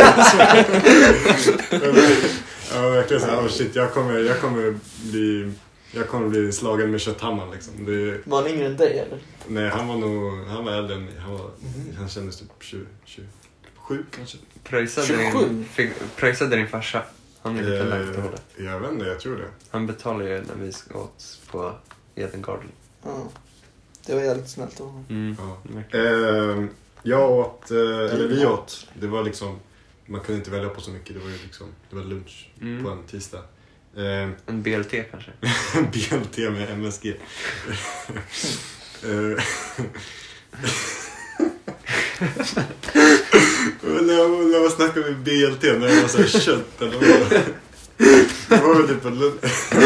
ja, verkligen såhär, oh shit, jag kommer, jag kommer bli... Jag kommer bli slagen med kötthammaren liksom. Det, Var han yngre än dig eller? nej, han var nog... Han var äldre än mig. Han, var, han kändes typ tjugo, tjugosju kanske. Pröjsade tjugosju? din, fick, pröjsade din farsa. Han är lite lagt och hållet. Jag vet inte, jag tror det. Han betalar ju när vi ska åt på Eden Garden. Ja. Det var jävligt snällt av honom. Mm. Ja. verkligen. Eh, jag åt... Eh, eller vi åt. Det var liksom... Man kunde inte välja på så mycket. Det var ju liksom... Det var lunch Mm. på en tisdag. Eh, En B L T kanske? B L T med M S G. Eh, när, jag, när jag snackade med B L T, när det var så här kött eller vad det var väl typ en lunch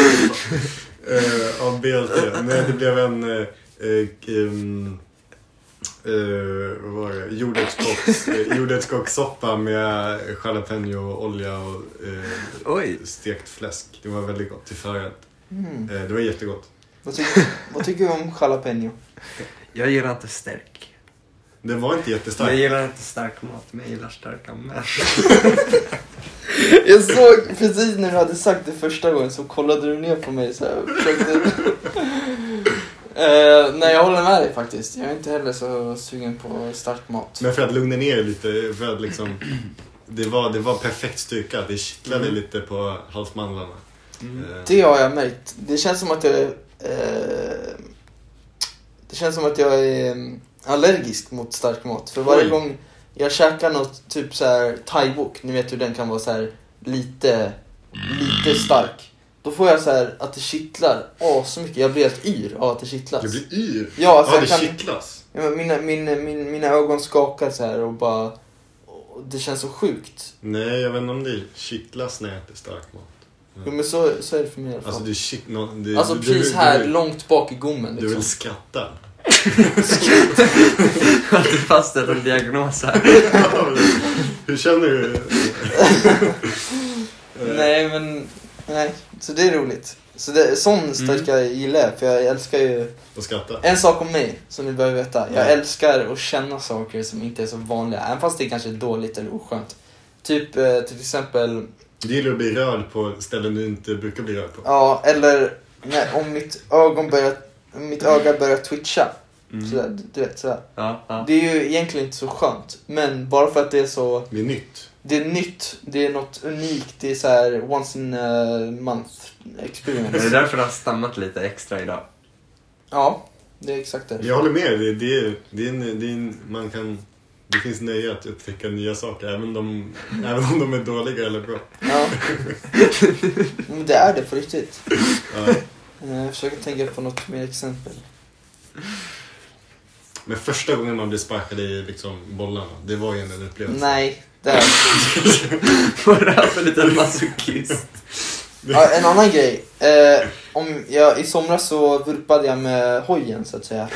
av B L T. Nej, det blev en eh, um, eh, vad var det? Jordärtskocks, eh, jordärtskockssoppa med jalapeno, olja och eh, Oj! stekt fläsk. Det var väldigt gott till förrätt. Mm. Eh, det var jättegott. Vad, tycker, vad tycker du om jalapeno? Jag gillar inte stärk. Det var inte Jag jättestarkt. gillar inte stark mat, men jag gillar starka män. Jag såg precis när du hade sagt det första gången så kollade du ner på mig så här. Försökte... uh, nej, jag håller med dig faktiskt. Jag är inte heller så sugen på stark mat. Men för att lugna ner lite, för att liksom... Det var, det var perfekt styrka. Det kittlade Mm. lite på halsmandlarna. Mm. Eh, Det har jag märkt. Det känns som att jag är, eh, det känns som att jag är eh, allergisk mot stark mat. För varje Oj. gång jag käkar något typ så här thai-bok, ni vet hur den kan vara så här lite lite stark. Då får jag så här att det kittlar åh så mycket. Jag blir helt yr av att det kittlas. Jag blir yr. Ja, alltså Ja, jag det kan, kittlas. ja, men mina, min, min, mina ögon skakar så här och bara och det känns så sjukt. Nej, jag vet inte om det kittlas när jag äter stark mat. Jo, men så, så är det för mig i alla fall. Alltså, det är shit... No, det, Alltså du, precis du, här du, långt bak i gommen Du liksom. vill skratta. Att du fastställt en diagnos här. Hur känner du? Nej men, nej, så det är roligt. Så det, sån styrka gillar jag, för jag älskar ju... Och skratta. En sak om mig, som ni behöver veta. Jag Ja. älskar att känna saker som inte är så vanliga, även fast det kanske är dåligt eller oskönt. Typ eh, till exempel, Du gillar att bli rörd på ställen du inte brukar bli rörd på. ja, eller när, om mitt ögon börjar, mitt öga börjar twitcha. Mm. Sådär, du vet sådär. Ja, ja. Det är ju egentligen inte så skönt, men bara för att det är så... Det är nytt. Det är nytt, det är något unikt, det är så här once in a month experience. Är det därför det har stannat lite extra idag? Ja, det är exakt det. Jag håller med. Det, det, är, det, är en, det, är en, man kan, det finns nöje att upptäcka nya saker, även, de, även om de är dåliga eller bra. Ja. Men det är det på riktigt. Ja. Jag försöker tänka på något mer exempel. Men första gången man blir sparkad i liksom bollarna, det var ju en upplevelse. Nej, det är... Vad är det här för liten masochist? Ja, en annan grej. Eh, om jag, I somras så vurpade jag med hojen så att säga.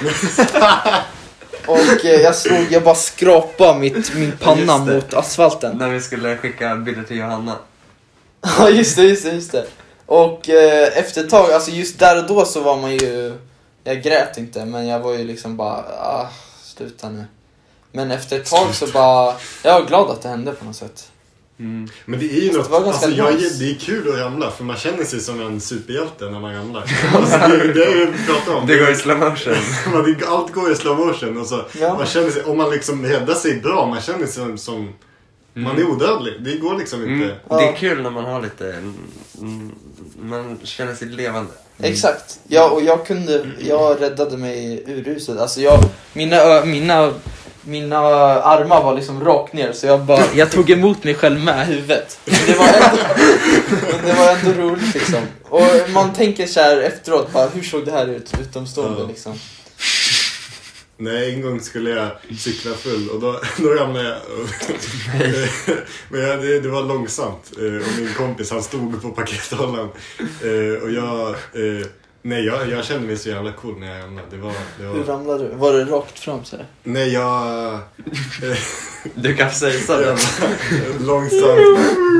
Och eh, jag slog, jag bara skrapade mitt, min panna Just det. mot asfalten. När vi skulle skicka bilder till Johanna. Ja, just det, just det, just det. Och eh, efter ett tag, alltså just där och då så var man ju... Jag grät inte, men jag var ju liksom bara... Ah, sluta nu. Men efter ett tag så bara... Jag var glad att det hände på något sätt. Mm. Men det är ju något, det var ganska alltså, jag, nice. det är kul att ramla för man känner sig som en superhjälte när man ramlar. Alltså, det, det är ju pratat om. Det går i slow motion. Man, allt går i slow motion och så Ja. man känner sig, om man liksom hävdar sig bra, man känner sig som, som man är odödlig. Det går liksom inte. Mm. Det är kul när man har lite, mm, man känner sig levande. Exakt. Ja, och jag kunde, jag räddade mig ur huset. Alltså jag, mina, ö- mina, mina armar var liksom rakt ner, så jag bara, jag tog emot mig själv med huvudet. Men det var ändå, men det var ändå roligt liksom. Och man tänker så här efteråt, bara, hur såg det här ut utomstående Ja. liksom. Nej, en gång skulle jag cykla full och då, då ramlade jag. Och, men jag, det, det var långsamt. Och min kompis, han stod på pakethållaren. Och jag, eh, nej, jag, jag kände mig så jävla cool när jag ramlade. Det var, det Hur var, ramlade du? Var det rakt fram så här? nej, jag... Eh, Du kan säga så. jag långsamt.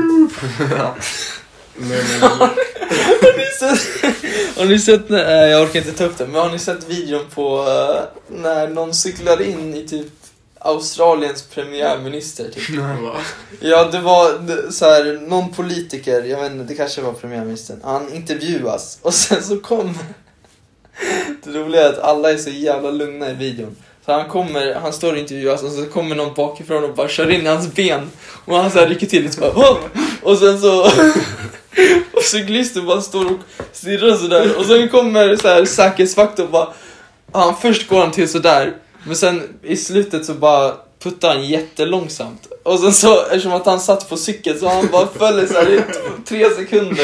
Nej, men... Har ni sett, har ni sett äh, jag orkar inte ta upp det, men har ni sett videon på äh, när någon cyklar in i typ Australiens premiärminister typ? Va? Ja, det var det, så här, någon politiker, jag vet inte, det kanske var premiärministern. Han intervjuas och sen så kommer det roliga är att alla är så jävla lugna i videon. Så han kommer, han står och intervjuas och så kommer någon bakifrån och bara kör in i hans ben och han så här rycker till lite så bara, och sen så och cyklisten bara står och stirrar sådär. Och sen kommer så här säkerhetsvakten och bara, ja, först går han till sådär, men sen i slutet så bara puttar han jättelångsamt. Och sen så, eftersom att han satt på cykeln, så han bara föll så här i tre sekunder.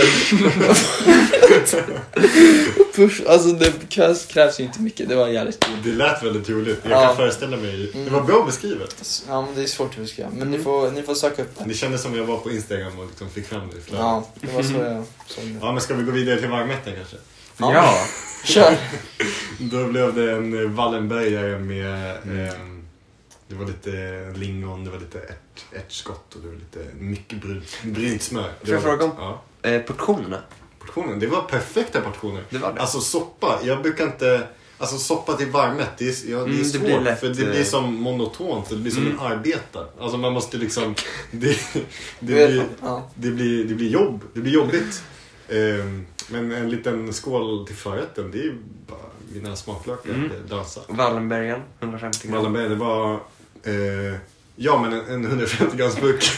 Push, alltså det krävs, krävs ju inte mycket, det var jävligt kul. Det lät väldigt roligt. Jag Ja. kan föreställa mig. Det var bra beskrivet. Ja, men det är svårt att beskriva, men ni får, ni får söka upp det. Det kändes som jag var på Instagram och liksom fick fram det i flödet. Ja, det var så jag såg det. Ja, men ska vi gå vidare till varmrätten kanske? Ja. Ja. Kör! Då blev det en eh, Wallenbergare med... Eh, det var lite lingon, det var lite ärt, ärtskott och det var lite mycket brynt, brynt smör. Det Får jag var- fråga om- Ja. Eh, portionerna. Portionen, det var perfekta portioner. Det var det. Alltså soppa, jag brukar inte... Alltså soppa till varmrätt, det är, ja, det är Mm, det svårt. blir lätt, för det blir eh, som monotont, det blir som Mm. en arbetare. Alltså man måste liksom... Det, det, Vet blir, man, ja. det, blir, det blir jobb, det blir jobbigt. Ehm, men en liten skål till förrätten, det är ju bara mina smaklökar Mm. det dansar. Wallenbergen, hundrafemtio gram. Wallenberg, det var... Eh, ja, men en, en hundrafemtio grams burk.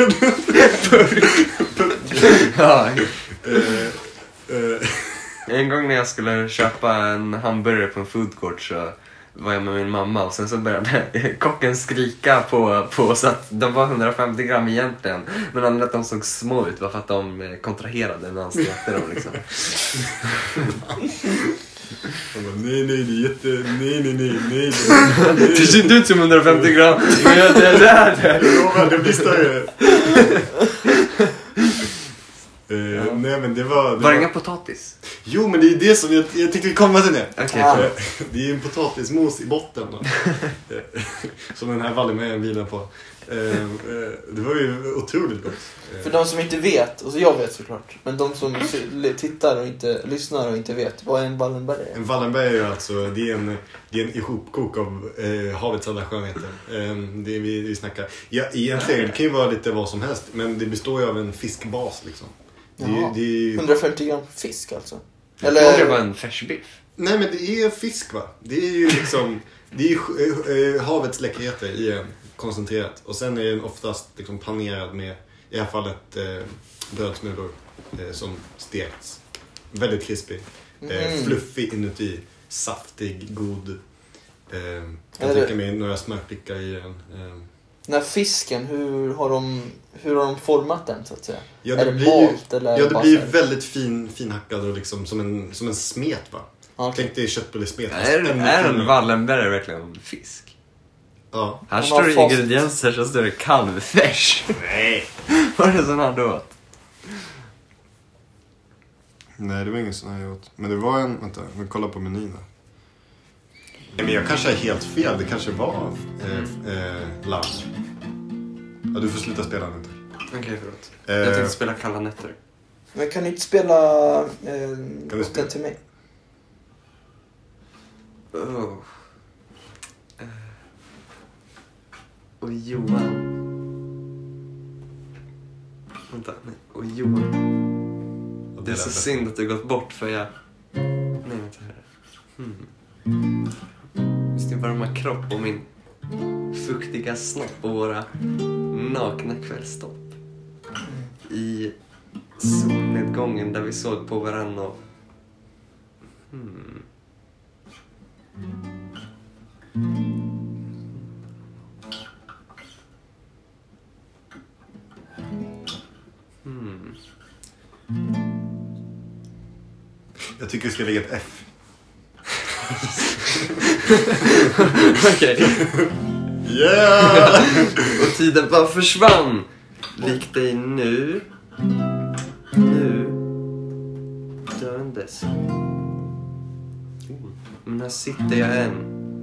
Ja. eh, eh, En gång när jag skulle köpa en hamburgare på en food court så var jag med min mamma och sen så började kocken skrika på, på så att de var hundrafemtio gram egentligen, men anledningen att de såg små ut var för att de eh, kontraherade när han stekte dem liksom. jag bara, nej, nej, det är jätte... Nej, nej, nej, nej. Det ser inte ut som hundrafemtio gram, men jag, det, det är det. Jag lovar, det blir större. Eh, nej, men det var... Det Var det inga potatis? Jo, men det är det som jag, jag tyckte vi kommer till det. Okej, Ja. förlåt. Eh, Det är en potatismos i botten då. Eh, som den här Wallenbergaren vilar på. Eh, eh, Det var ju otroligt gott. Eh, För de som inte vet, och så jag vet såklart, men de som sy- tittar och inte lyssnar och inte vet, vad är en Wallenberg? En Wallenberg är ju alltså, det är en, det är en ihopkok av eh, havets alla skönheter. Eh, det är vi, vi snackar. Ja, egentligen, det kan ju vara lite vad som helst, men det består ju av en fiskbas liksom. Det är, ju- Jaha. det är, ju- hundrafemtio gram fisk alltså? Jag trodde det Eller? var en färsbiff. nej, men det är fisk va? Det är ju liksom, det är ju eh, havets läckerheter i en koncentrerat. Och sen är den oftast liksom panerad med, i alla fall ett eh, brödsmulor eh, som stekts. Väldigt krispig. Eh, Mm. fluffig inuti. Saftig, god. Eh, Är jag det- tänker mig några smörprickar i den. Eh, Den här fisken, hur har de, hur har de format den så att säga? ja, är det blir ju, malt eller ja, det bara blir så här? väldigt fin, finhackad och liksom som en, som en smet va? Ja, okej. Tänk dig köttbullesmet. fast Är, ännu är en finare. Wallenbergare verkligen fisk? Ja. Här Hon står har det facit. ingredienser, så står det kalvfärs. Nej. Vad är det sån här då? Nej, det var ingen sån här jag åt. Men det var en, vänta, vi kollar på menyn då. Nej, men jag kanske är helt fel. Det kanske var eh, eh, lamm. Ja, du får sluta spela nu tack. Okej, förlåt. Eh, Jag tänkte spela Kalla nätter. Men kan ni inte spela eh, du spela? den till mig? Oh. Eh. Och Johan. Vänta, nej. Och Johan. Det är så synd att du gått bort för jag... Nej, vänta här. Hmm. Just det, varma kropp och min fuktiga snopp och våra nakna kvällstopp. I solnedgången där vi såg på varann och... Hmm. Hmm. Jag tycker vi ska lägga ett F. Okej. Yeah! Och tiden bara försvann. Lik dig nu. Nu. Döendes. Men här sitter jag än.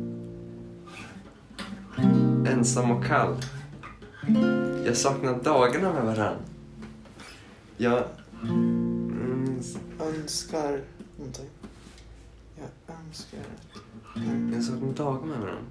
Ensam och kall. Jag saknar dagarna med varann. Jag... Mm, Önskar någonting. Jag önskar... jag saknar dagar med varann.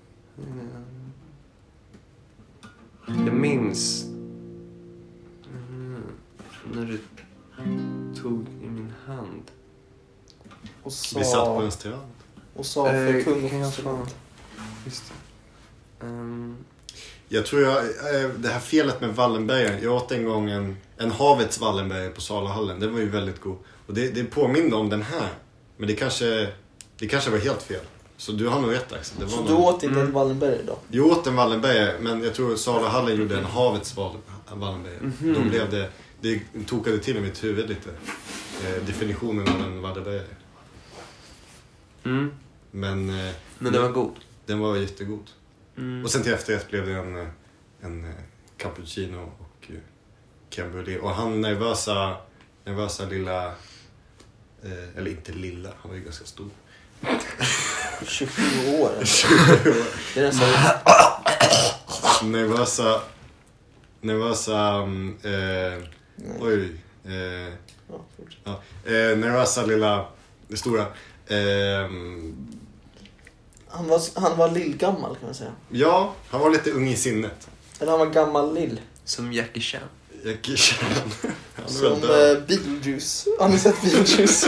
Jag minns... Mm, när du tog i min hand. Och sa... Vi satt på en strand. Och sa för Eh, kung kan jag och få- fosterland. Just det. Um, Jag tror jag, eh, det här felet med Wallenbergaren. Jag åt en gång en, en havets Wallenbergare på Salahallen. Den var ju väldigt god. Och det, det påminner om den här. Men det kanske, det kanske var helt fel. Så du har nog rätt, Axel. Det var Så nog... du åt inte Mm. en Wallenberg idag? Jag åt en Wallenbergare, men jag tror Salahallen gjorde en havets Wall- Wallenbergare. Mhm. Då blev det, det tokade till i mitt huvud lite. Eh, definitionen av en Wallenbergare. mm. Men eh, Men det var god. den var jättegod. Mm. Och sen till efterrätt blev det en, en eh, cappuccino och eh, crème brûlée. Och han nervösa, nervösa lilla, eh, eller inte lilla, han var ju ganska stor. tjugosju år. Alltså. Det är nästan... nervösa, nervösa, um, eh, Nej. oj, eh, Ja, fortsätt. ja, eh, nervösa lilla, stora. Eh, Han var, han var lillgammal kan man säga. ja, han var lite ung i sinnet. Eller han var gammal lill. Som Jackie Chan. Jag känner, han är Som väl död. eh, Beetlejuice. Har ni sett Beetlejuice?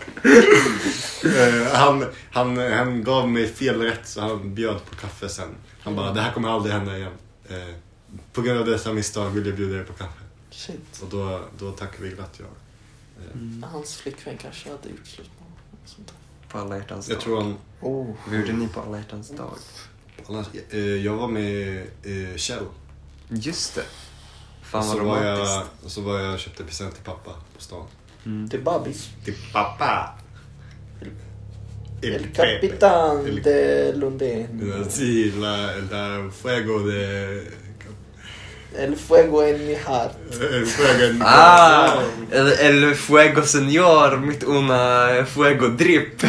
Eh, han, han, han gav mig fel rätt så han bjöd på kaffe sen. Han bara, det här kommer aldrig hända igen. Eh, på grund av dessa misstag vill jag bjuda dig på kaffe. Shit. Och då, då tackar vi glatt ja. Eh, Mm. Hans flickvän kanske hade gjort slut med honom. Sånt där. På alla hjärtans dag. jag tror han, Oh. Vad gjorde ni på alla hjärtans dag? annars, eh, jag var med eh, Kjell. Just det. Och Fan så vad var romantiskt. jag, och så var jag och köpte present till pappa på stan. Mm. Till Babis. Till pappa! El Capitan El- de Lundén. Sí, la, la fuego de... El Fuego en mi heart. El fuego en mi Ah! corazón. El, el fuego señor, mitt una fuego drip.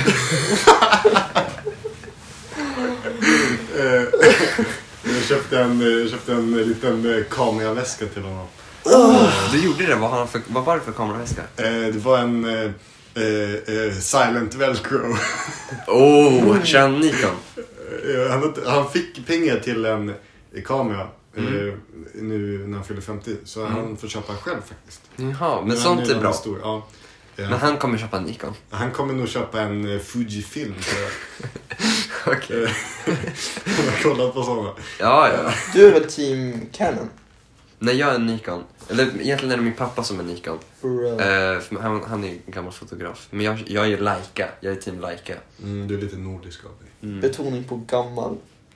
Eh, jag köpte en, jag köpte en liten eh, kameraväska till honom. Du gjorde det, vad, har han för, vad var det för kameraväska? Eh, det var en eh, eh, eh, silent velcro. Oh, kör han Nikon? Eh, han, han fick pengar till en eh, kamera eh, Mm. nu när han fyller femtio. Så Mm. han får köpa själv faktiskt. Jaha, men Nu sånt han är bra. Stor, ja. Eh, Men han kommer köpa en Nikon. Han kommer nog köpa en eh, Fujifilm. tror jag. Okej. Eh, Han har kollat på sådana. Ja, ja. Du är väl team Canon? Nej, jag är en Nikon. Eller egentligen är det min pappa som är Nikon. Bro. Eh, för han, han är ju en gammal fotograf. Men jag, jag är Leica. Jag är team Leica. Mm, du är lite nordisk av dig. Mm. Betoning på gammal.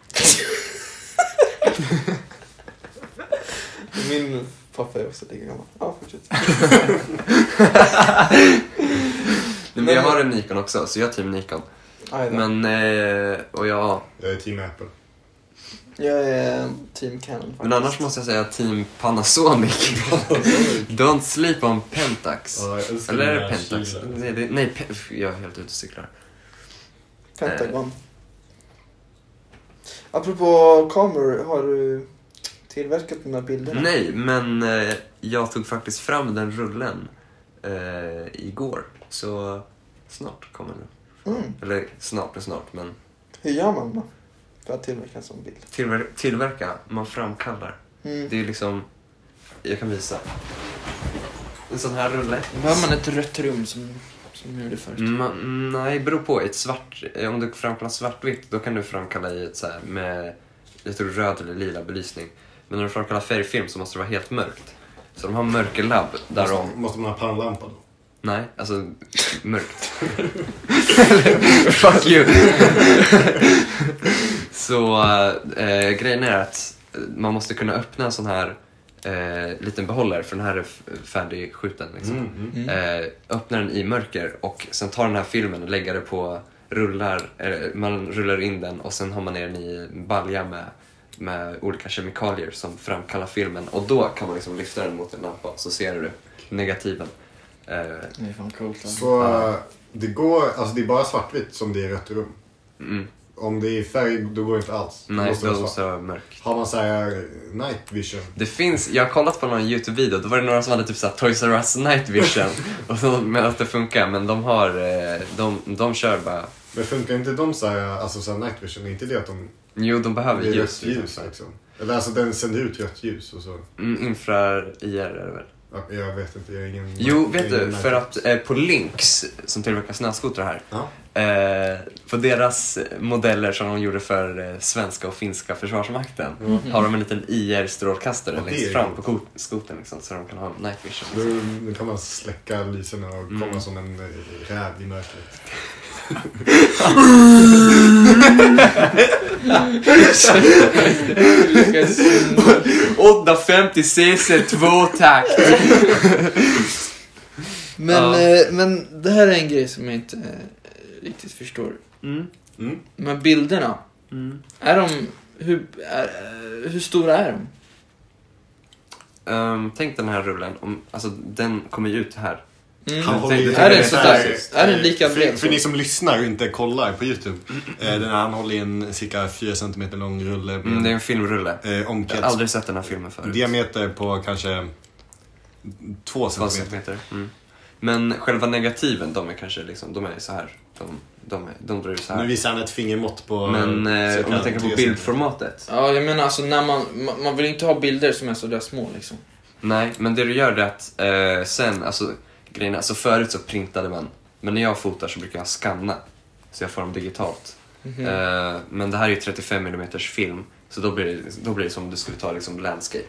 Min pappa är också lika gammal. Ja, fortsätt. Nej, men jag har en Nikon också, så jag är team Nikon. Aj då. Men, eh, och jag... Jag är team Apple. Jag är team Canon faktiskt. Men annars måste jag säga team Panasonic. Don't sleep on Pentax. Ja, jag älskar Eller är den det här Pentax? kylen. Nej, det, nej pe- jag är helt ute och cyklar. Pentagon. Apropå kameror, har du tillverkat de här bilderna? Nej, men eh, jag tog faktiskt fram den rullen eh, igår. Så snart kommer den. Mm. Eller snart och snart, men Hur gör man då? För att tillverka en sån bild? tillver- tillverka, man framkallar. Mm. Det är liksom... jag kan visa. En sån här rulle. Behöver man ett rött rum som, som gjorde förut? Man, nej, beror på. Ett svart, om du framkallar svartvitt, då kan du framkalla i ett så här med, jag tror röd eller lila belysning. Men när du framkallar färgfilm så måste det vara helt mörkt. Så de har mörkerlabb där Måste, de... måste man ha pannlampa då? Nej, alltså mörkt. Fuck you. Så äh, grejen är att man måste kunna öppna en sån här äh, liten behållare, för den här är f- färdigskjuten liksom. Mm, mm. Äh, öppna den i mörker och sen tar den här filmen och lägger det på rullar, äh, man rullar in den och sen har man ner den i balja med, med olika kemikalier som framkallar filmen, och då kan man liksom lyfta den mot en lampa så ser du negativen. Äh, Det är fan coolt. Alltså. Så ja. det går, alltså det är bara svartvitt som det är rött rum. mm. Om det är färg, då går det inte alls. Det Nej, måste då vara måste svart. det vara mörkt. Har man så här night vision? Det finns, jag har kollat på någon YouTube-video, då var det några som hade typ såhär Toys R Us Night Vision och så med att det funkar, men de har, eh, de, de kör bara, Men funkar inte de så här, alltså så här night vision? Är inte det att de jo de behöver det är ljus, rött ljus liksom? Eller alltså den sänder ut rött ljus och så. mm, infra-I R är det väl? Ja, jag vet inte, jag är ingen... Jo, jag är vet du, ingen för night att eh, på Lynx, som tillverkar snöskotrar här, Ja. eh, på deras modeller som de gjorde för eh, svenska och finska försvarsmakten, Mm. har de en liten I R-strålkastare Och det längst är fram ju- på ko- skotern liksom, så de kan ha night vision. Då, då kan man släcka lyserna och komma Mm. som en eh, räv i mörkret. åtta femtio cc två-takt. Men, Ja. eh, men det här är en grej som jag inte eh, riktigt förstår. Mm. Mm. De här bilderna, Mm. är de, hur, är, eh, hur stora är de? Um, tänk den här rullen, om, alltså den kommer ju ut här. Mm. Han håller tänk- i- Är den det sådär? Är den lika för, bred? för ni som lyssnar och inte kollar på YouTube. Eh, den här, han håller i en cirka fyra centimeter lång rulle med Mm, det är en filmrulle. eh, Jag har omkrets. aldrig sett den här filmen förut. Diameter på kanske två Två centimeter. centimeter. Mm. Men själva negativen, de är kanske liksom, de är så här. De, de, är, de drar ju så Nu här. visar han ett fingermått på... Men eh, cirka om du tänker på tre bildformatet. Ja, jag menar alltså när man, man, man vill inte ha bilder som är så där små liksom. Nej, men det du gör är att eh, sen, alltså grejen, alltså förut så printade man. Men när jag fotar så brukar jag scanna. Så jag får dem digitalt. Mhm. Eh, men det här är ju trettiofem millimeter film. Så då blir det, då blir det som om du skulle ta liksom landscape.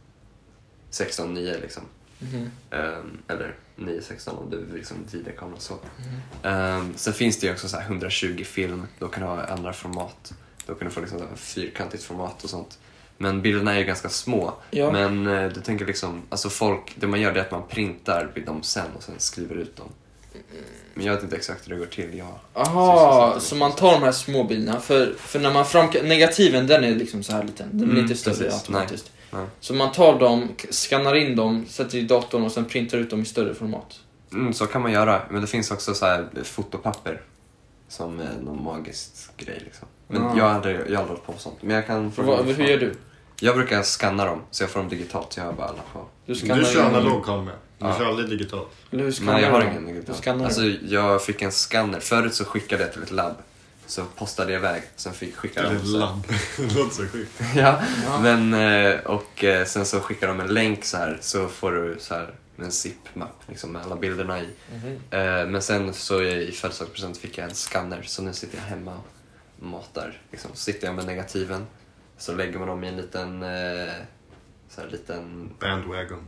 sexton nio liksom. Mhm. Um, eller nio sexton om du liksom vrider kameran så. Mm. Um, sen finns det ju också så här hundratjugo film, då kan du ha andra format. Då kan du få liksom så här fyrkantigt format och sånt. Men bilderna är ju ganska små. Ja. Men uh, du tänker liksom, alltså folk, det man gör det är att man printar dem sen och sen skriver ut dem. Men jag vet inte exakt hur det går till. Jag... Aha, så man tar de här små bilderna. För, för när man framkallar, negativen den är liksom så här liten. Den blir Mm, inte större precis. automatiskt. Nej, nej. Så man tar dem, k- skannar in dem, sätter i datorn och sen printar ut dem i större format. Mm, så kan man göra, men det finns också så här fotopapper som är någon magiskt grej liksom. Men Ah. jag har aldrig, jag har aldrig hållit på med sånt. Men jag kan För vad, hur gör du? Jag brukar scanna dem så jag får dem digitalt så jag har bara alla på. Du Du skannar kör in- analog kamera. Du Ja. kör aldrig digitalt. Eller hur skannar Nej, jag har du? ingen Hur digital. skannar Alltså du? jag fick en scanner. Förut så skickade jag till ett labb. Så postade jag iväg. Sen fick skickade Eller de ett så- labb. Det låter så sjukt. Ja, Ja. men eh, och eh, sen så skickar de en länk så här. Så får du så här med en zip-mapp liksom, med alla bilderna i. Mhm. Eh, men sen så i födelsedagspresent fick jag en scanner. Så nu sitter jag hemma och matar. Liksom. Så sitter jag med negativen. Så lägger man dem i en liten... Eh, så här liten... Bandwagon.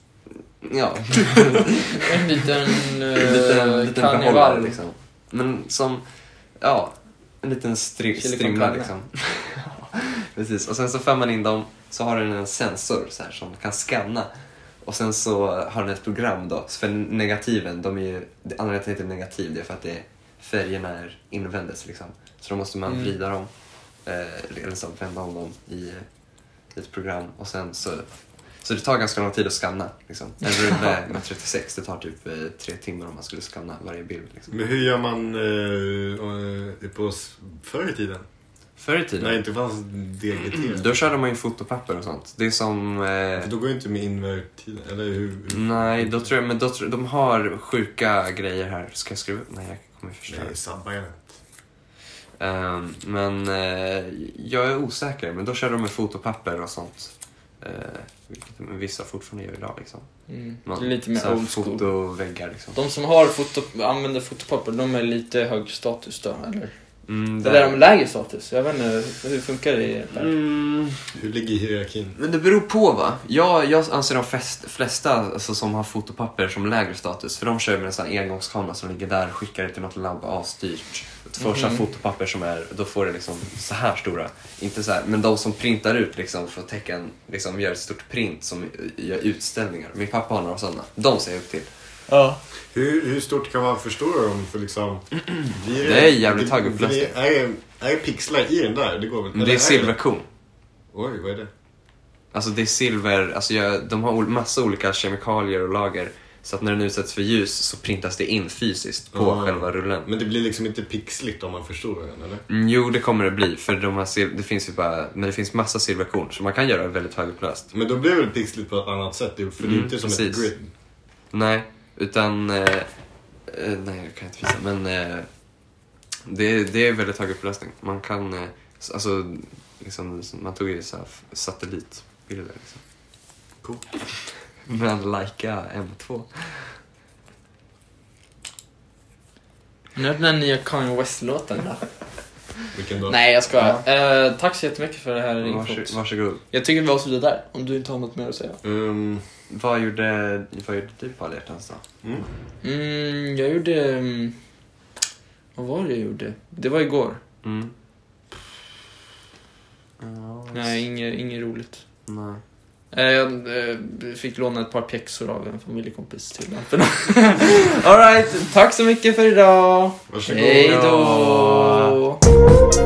Ja, En liten, en uh, liten, liten behållare karneval. liksom. Men som, ja, en liten stri- Silikon strimla kanna. liksom. Precis, och sen så för man in dem, så har den en sensor så här, som kan scanna. Och sen så har den ett program då, för negativen, de är ju, anledningen till att det heter negativ, det är för att det, färgerna är invändes liksom. Så då måste man Mm. vrida dem, eh, eller så vända om dem i, i ett program. Och sen så, så det tar ganska lång tid att scanna liksom. En rulle med trettiosex, det tar typ eh, tre timmar om man skulle scanna varje bild liksom. Men hur gör man eh, eh, på s- förr i tiden? Förr i tiden, När det inte fanns D G T. då körde man ju fotopapper och sånt. Det är som... Eh, För då går ju inte med invertiden, eller hur? hur? nej, då tror jag, men då tror, de har sjuka grejer här. Ska jag skriva upp? Nej, jag kommer förstöra. Nej, sabbar jag inte. Um, men eh, jag är osäker, men då körde de med fotopapper och sånt. Eh, vilket vissa fortfarande gör idag liksom. Mm. Man, Det är lite mer så här old school. fotoväggar liksom. De som har foto, använder fotopapper, de är lite högre status då, eller? Mm, Eller är de lägre status? Jag vet inte, hur funkar det i där? Mm. Hur ligger hierarkin? Men det beror på va? Jag, jag anser de flest, flesta alltså, som har fotopapper som lägre status. För de kör med en sån här engångskamera som ligger där och skickar det till något labb avstyrt. För så Mhm. fotopapper som är, då får det liksom så här stora. Inte så här, men de som printar ut liksom för att täcka en, liksom gör ett stort print som gör utställningar. Min pappa har några sådana. De ser jag upp till. Ja. Hur, hur stort kan man förstora dem för liksom... Blir Det är jävligt hög upplösning. blir- Är det, är det pixlar i den där? Det går väl? Men Eller det är silverkorn. Oj, vad är det? Alltså det är silver, alltså jag, de har ol- massa olika kemikalier och lager. Så att när den utsätts för ljus så printas det in fysiskt på Ah. själva rullen. Men det blir liksom inte pixligt om man förstorar den, eller? Mm, jo, det kommer det bli. För de har sil- det finns ju bara, men det finns massa silverkorn. Så man kan göra det väldigt högupplöst. Men då blir det väl pixligt på ett annat sätt? För det är Mm, inte som precis. ett grid. Nej, utan... Eh, eh, nej, jag kan inte visa. Men eh, det, det är väldigt hög upplösning. Man kan... Eh, s- alltså, liksom, man tog ju så här f- satellitbilder liksom. Cool. Men Leica M två. Nu är den här nya Kanye West-låten då. Vilken då? Nej, jag ska. Eh, tack så jättemycket för det här Varsågod. infot. varsågod. Jag tycker vi avslutar där, om du inte har något mer att säga. Um, Vad gjorde, vad gjorde du på alla hjärtans dag? mm. Mm, jag gjorde... mm, Vad var det jag gjorde? Det var igår. Mm. Ja, Nej, inget, inget roligt. nej. Eh, Jag eh, fick låna ett par pjäxor av en familjekompis till lamporna. All right, tack så mycket för idag. Varsågod. Hej då!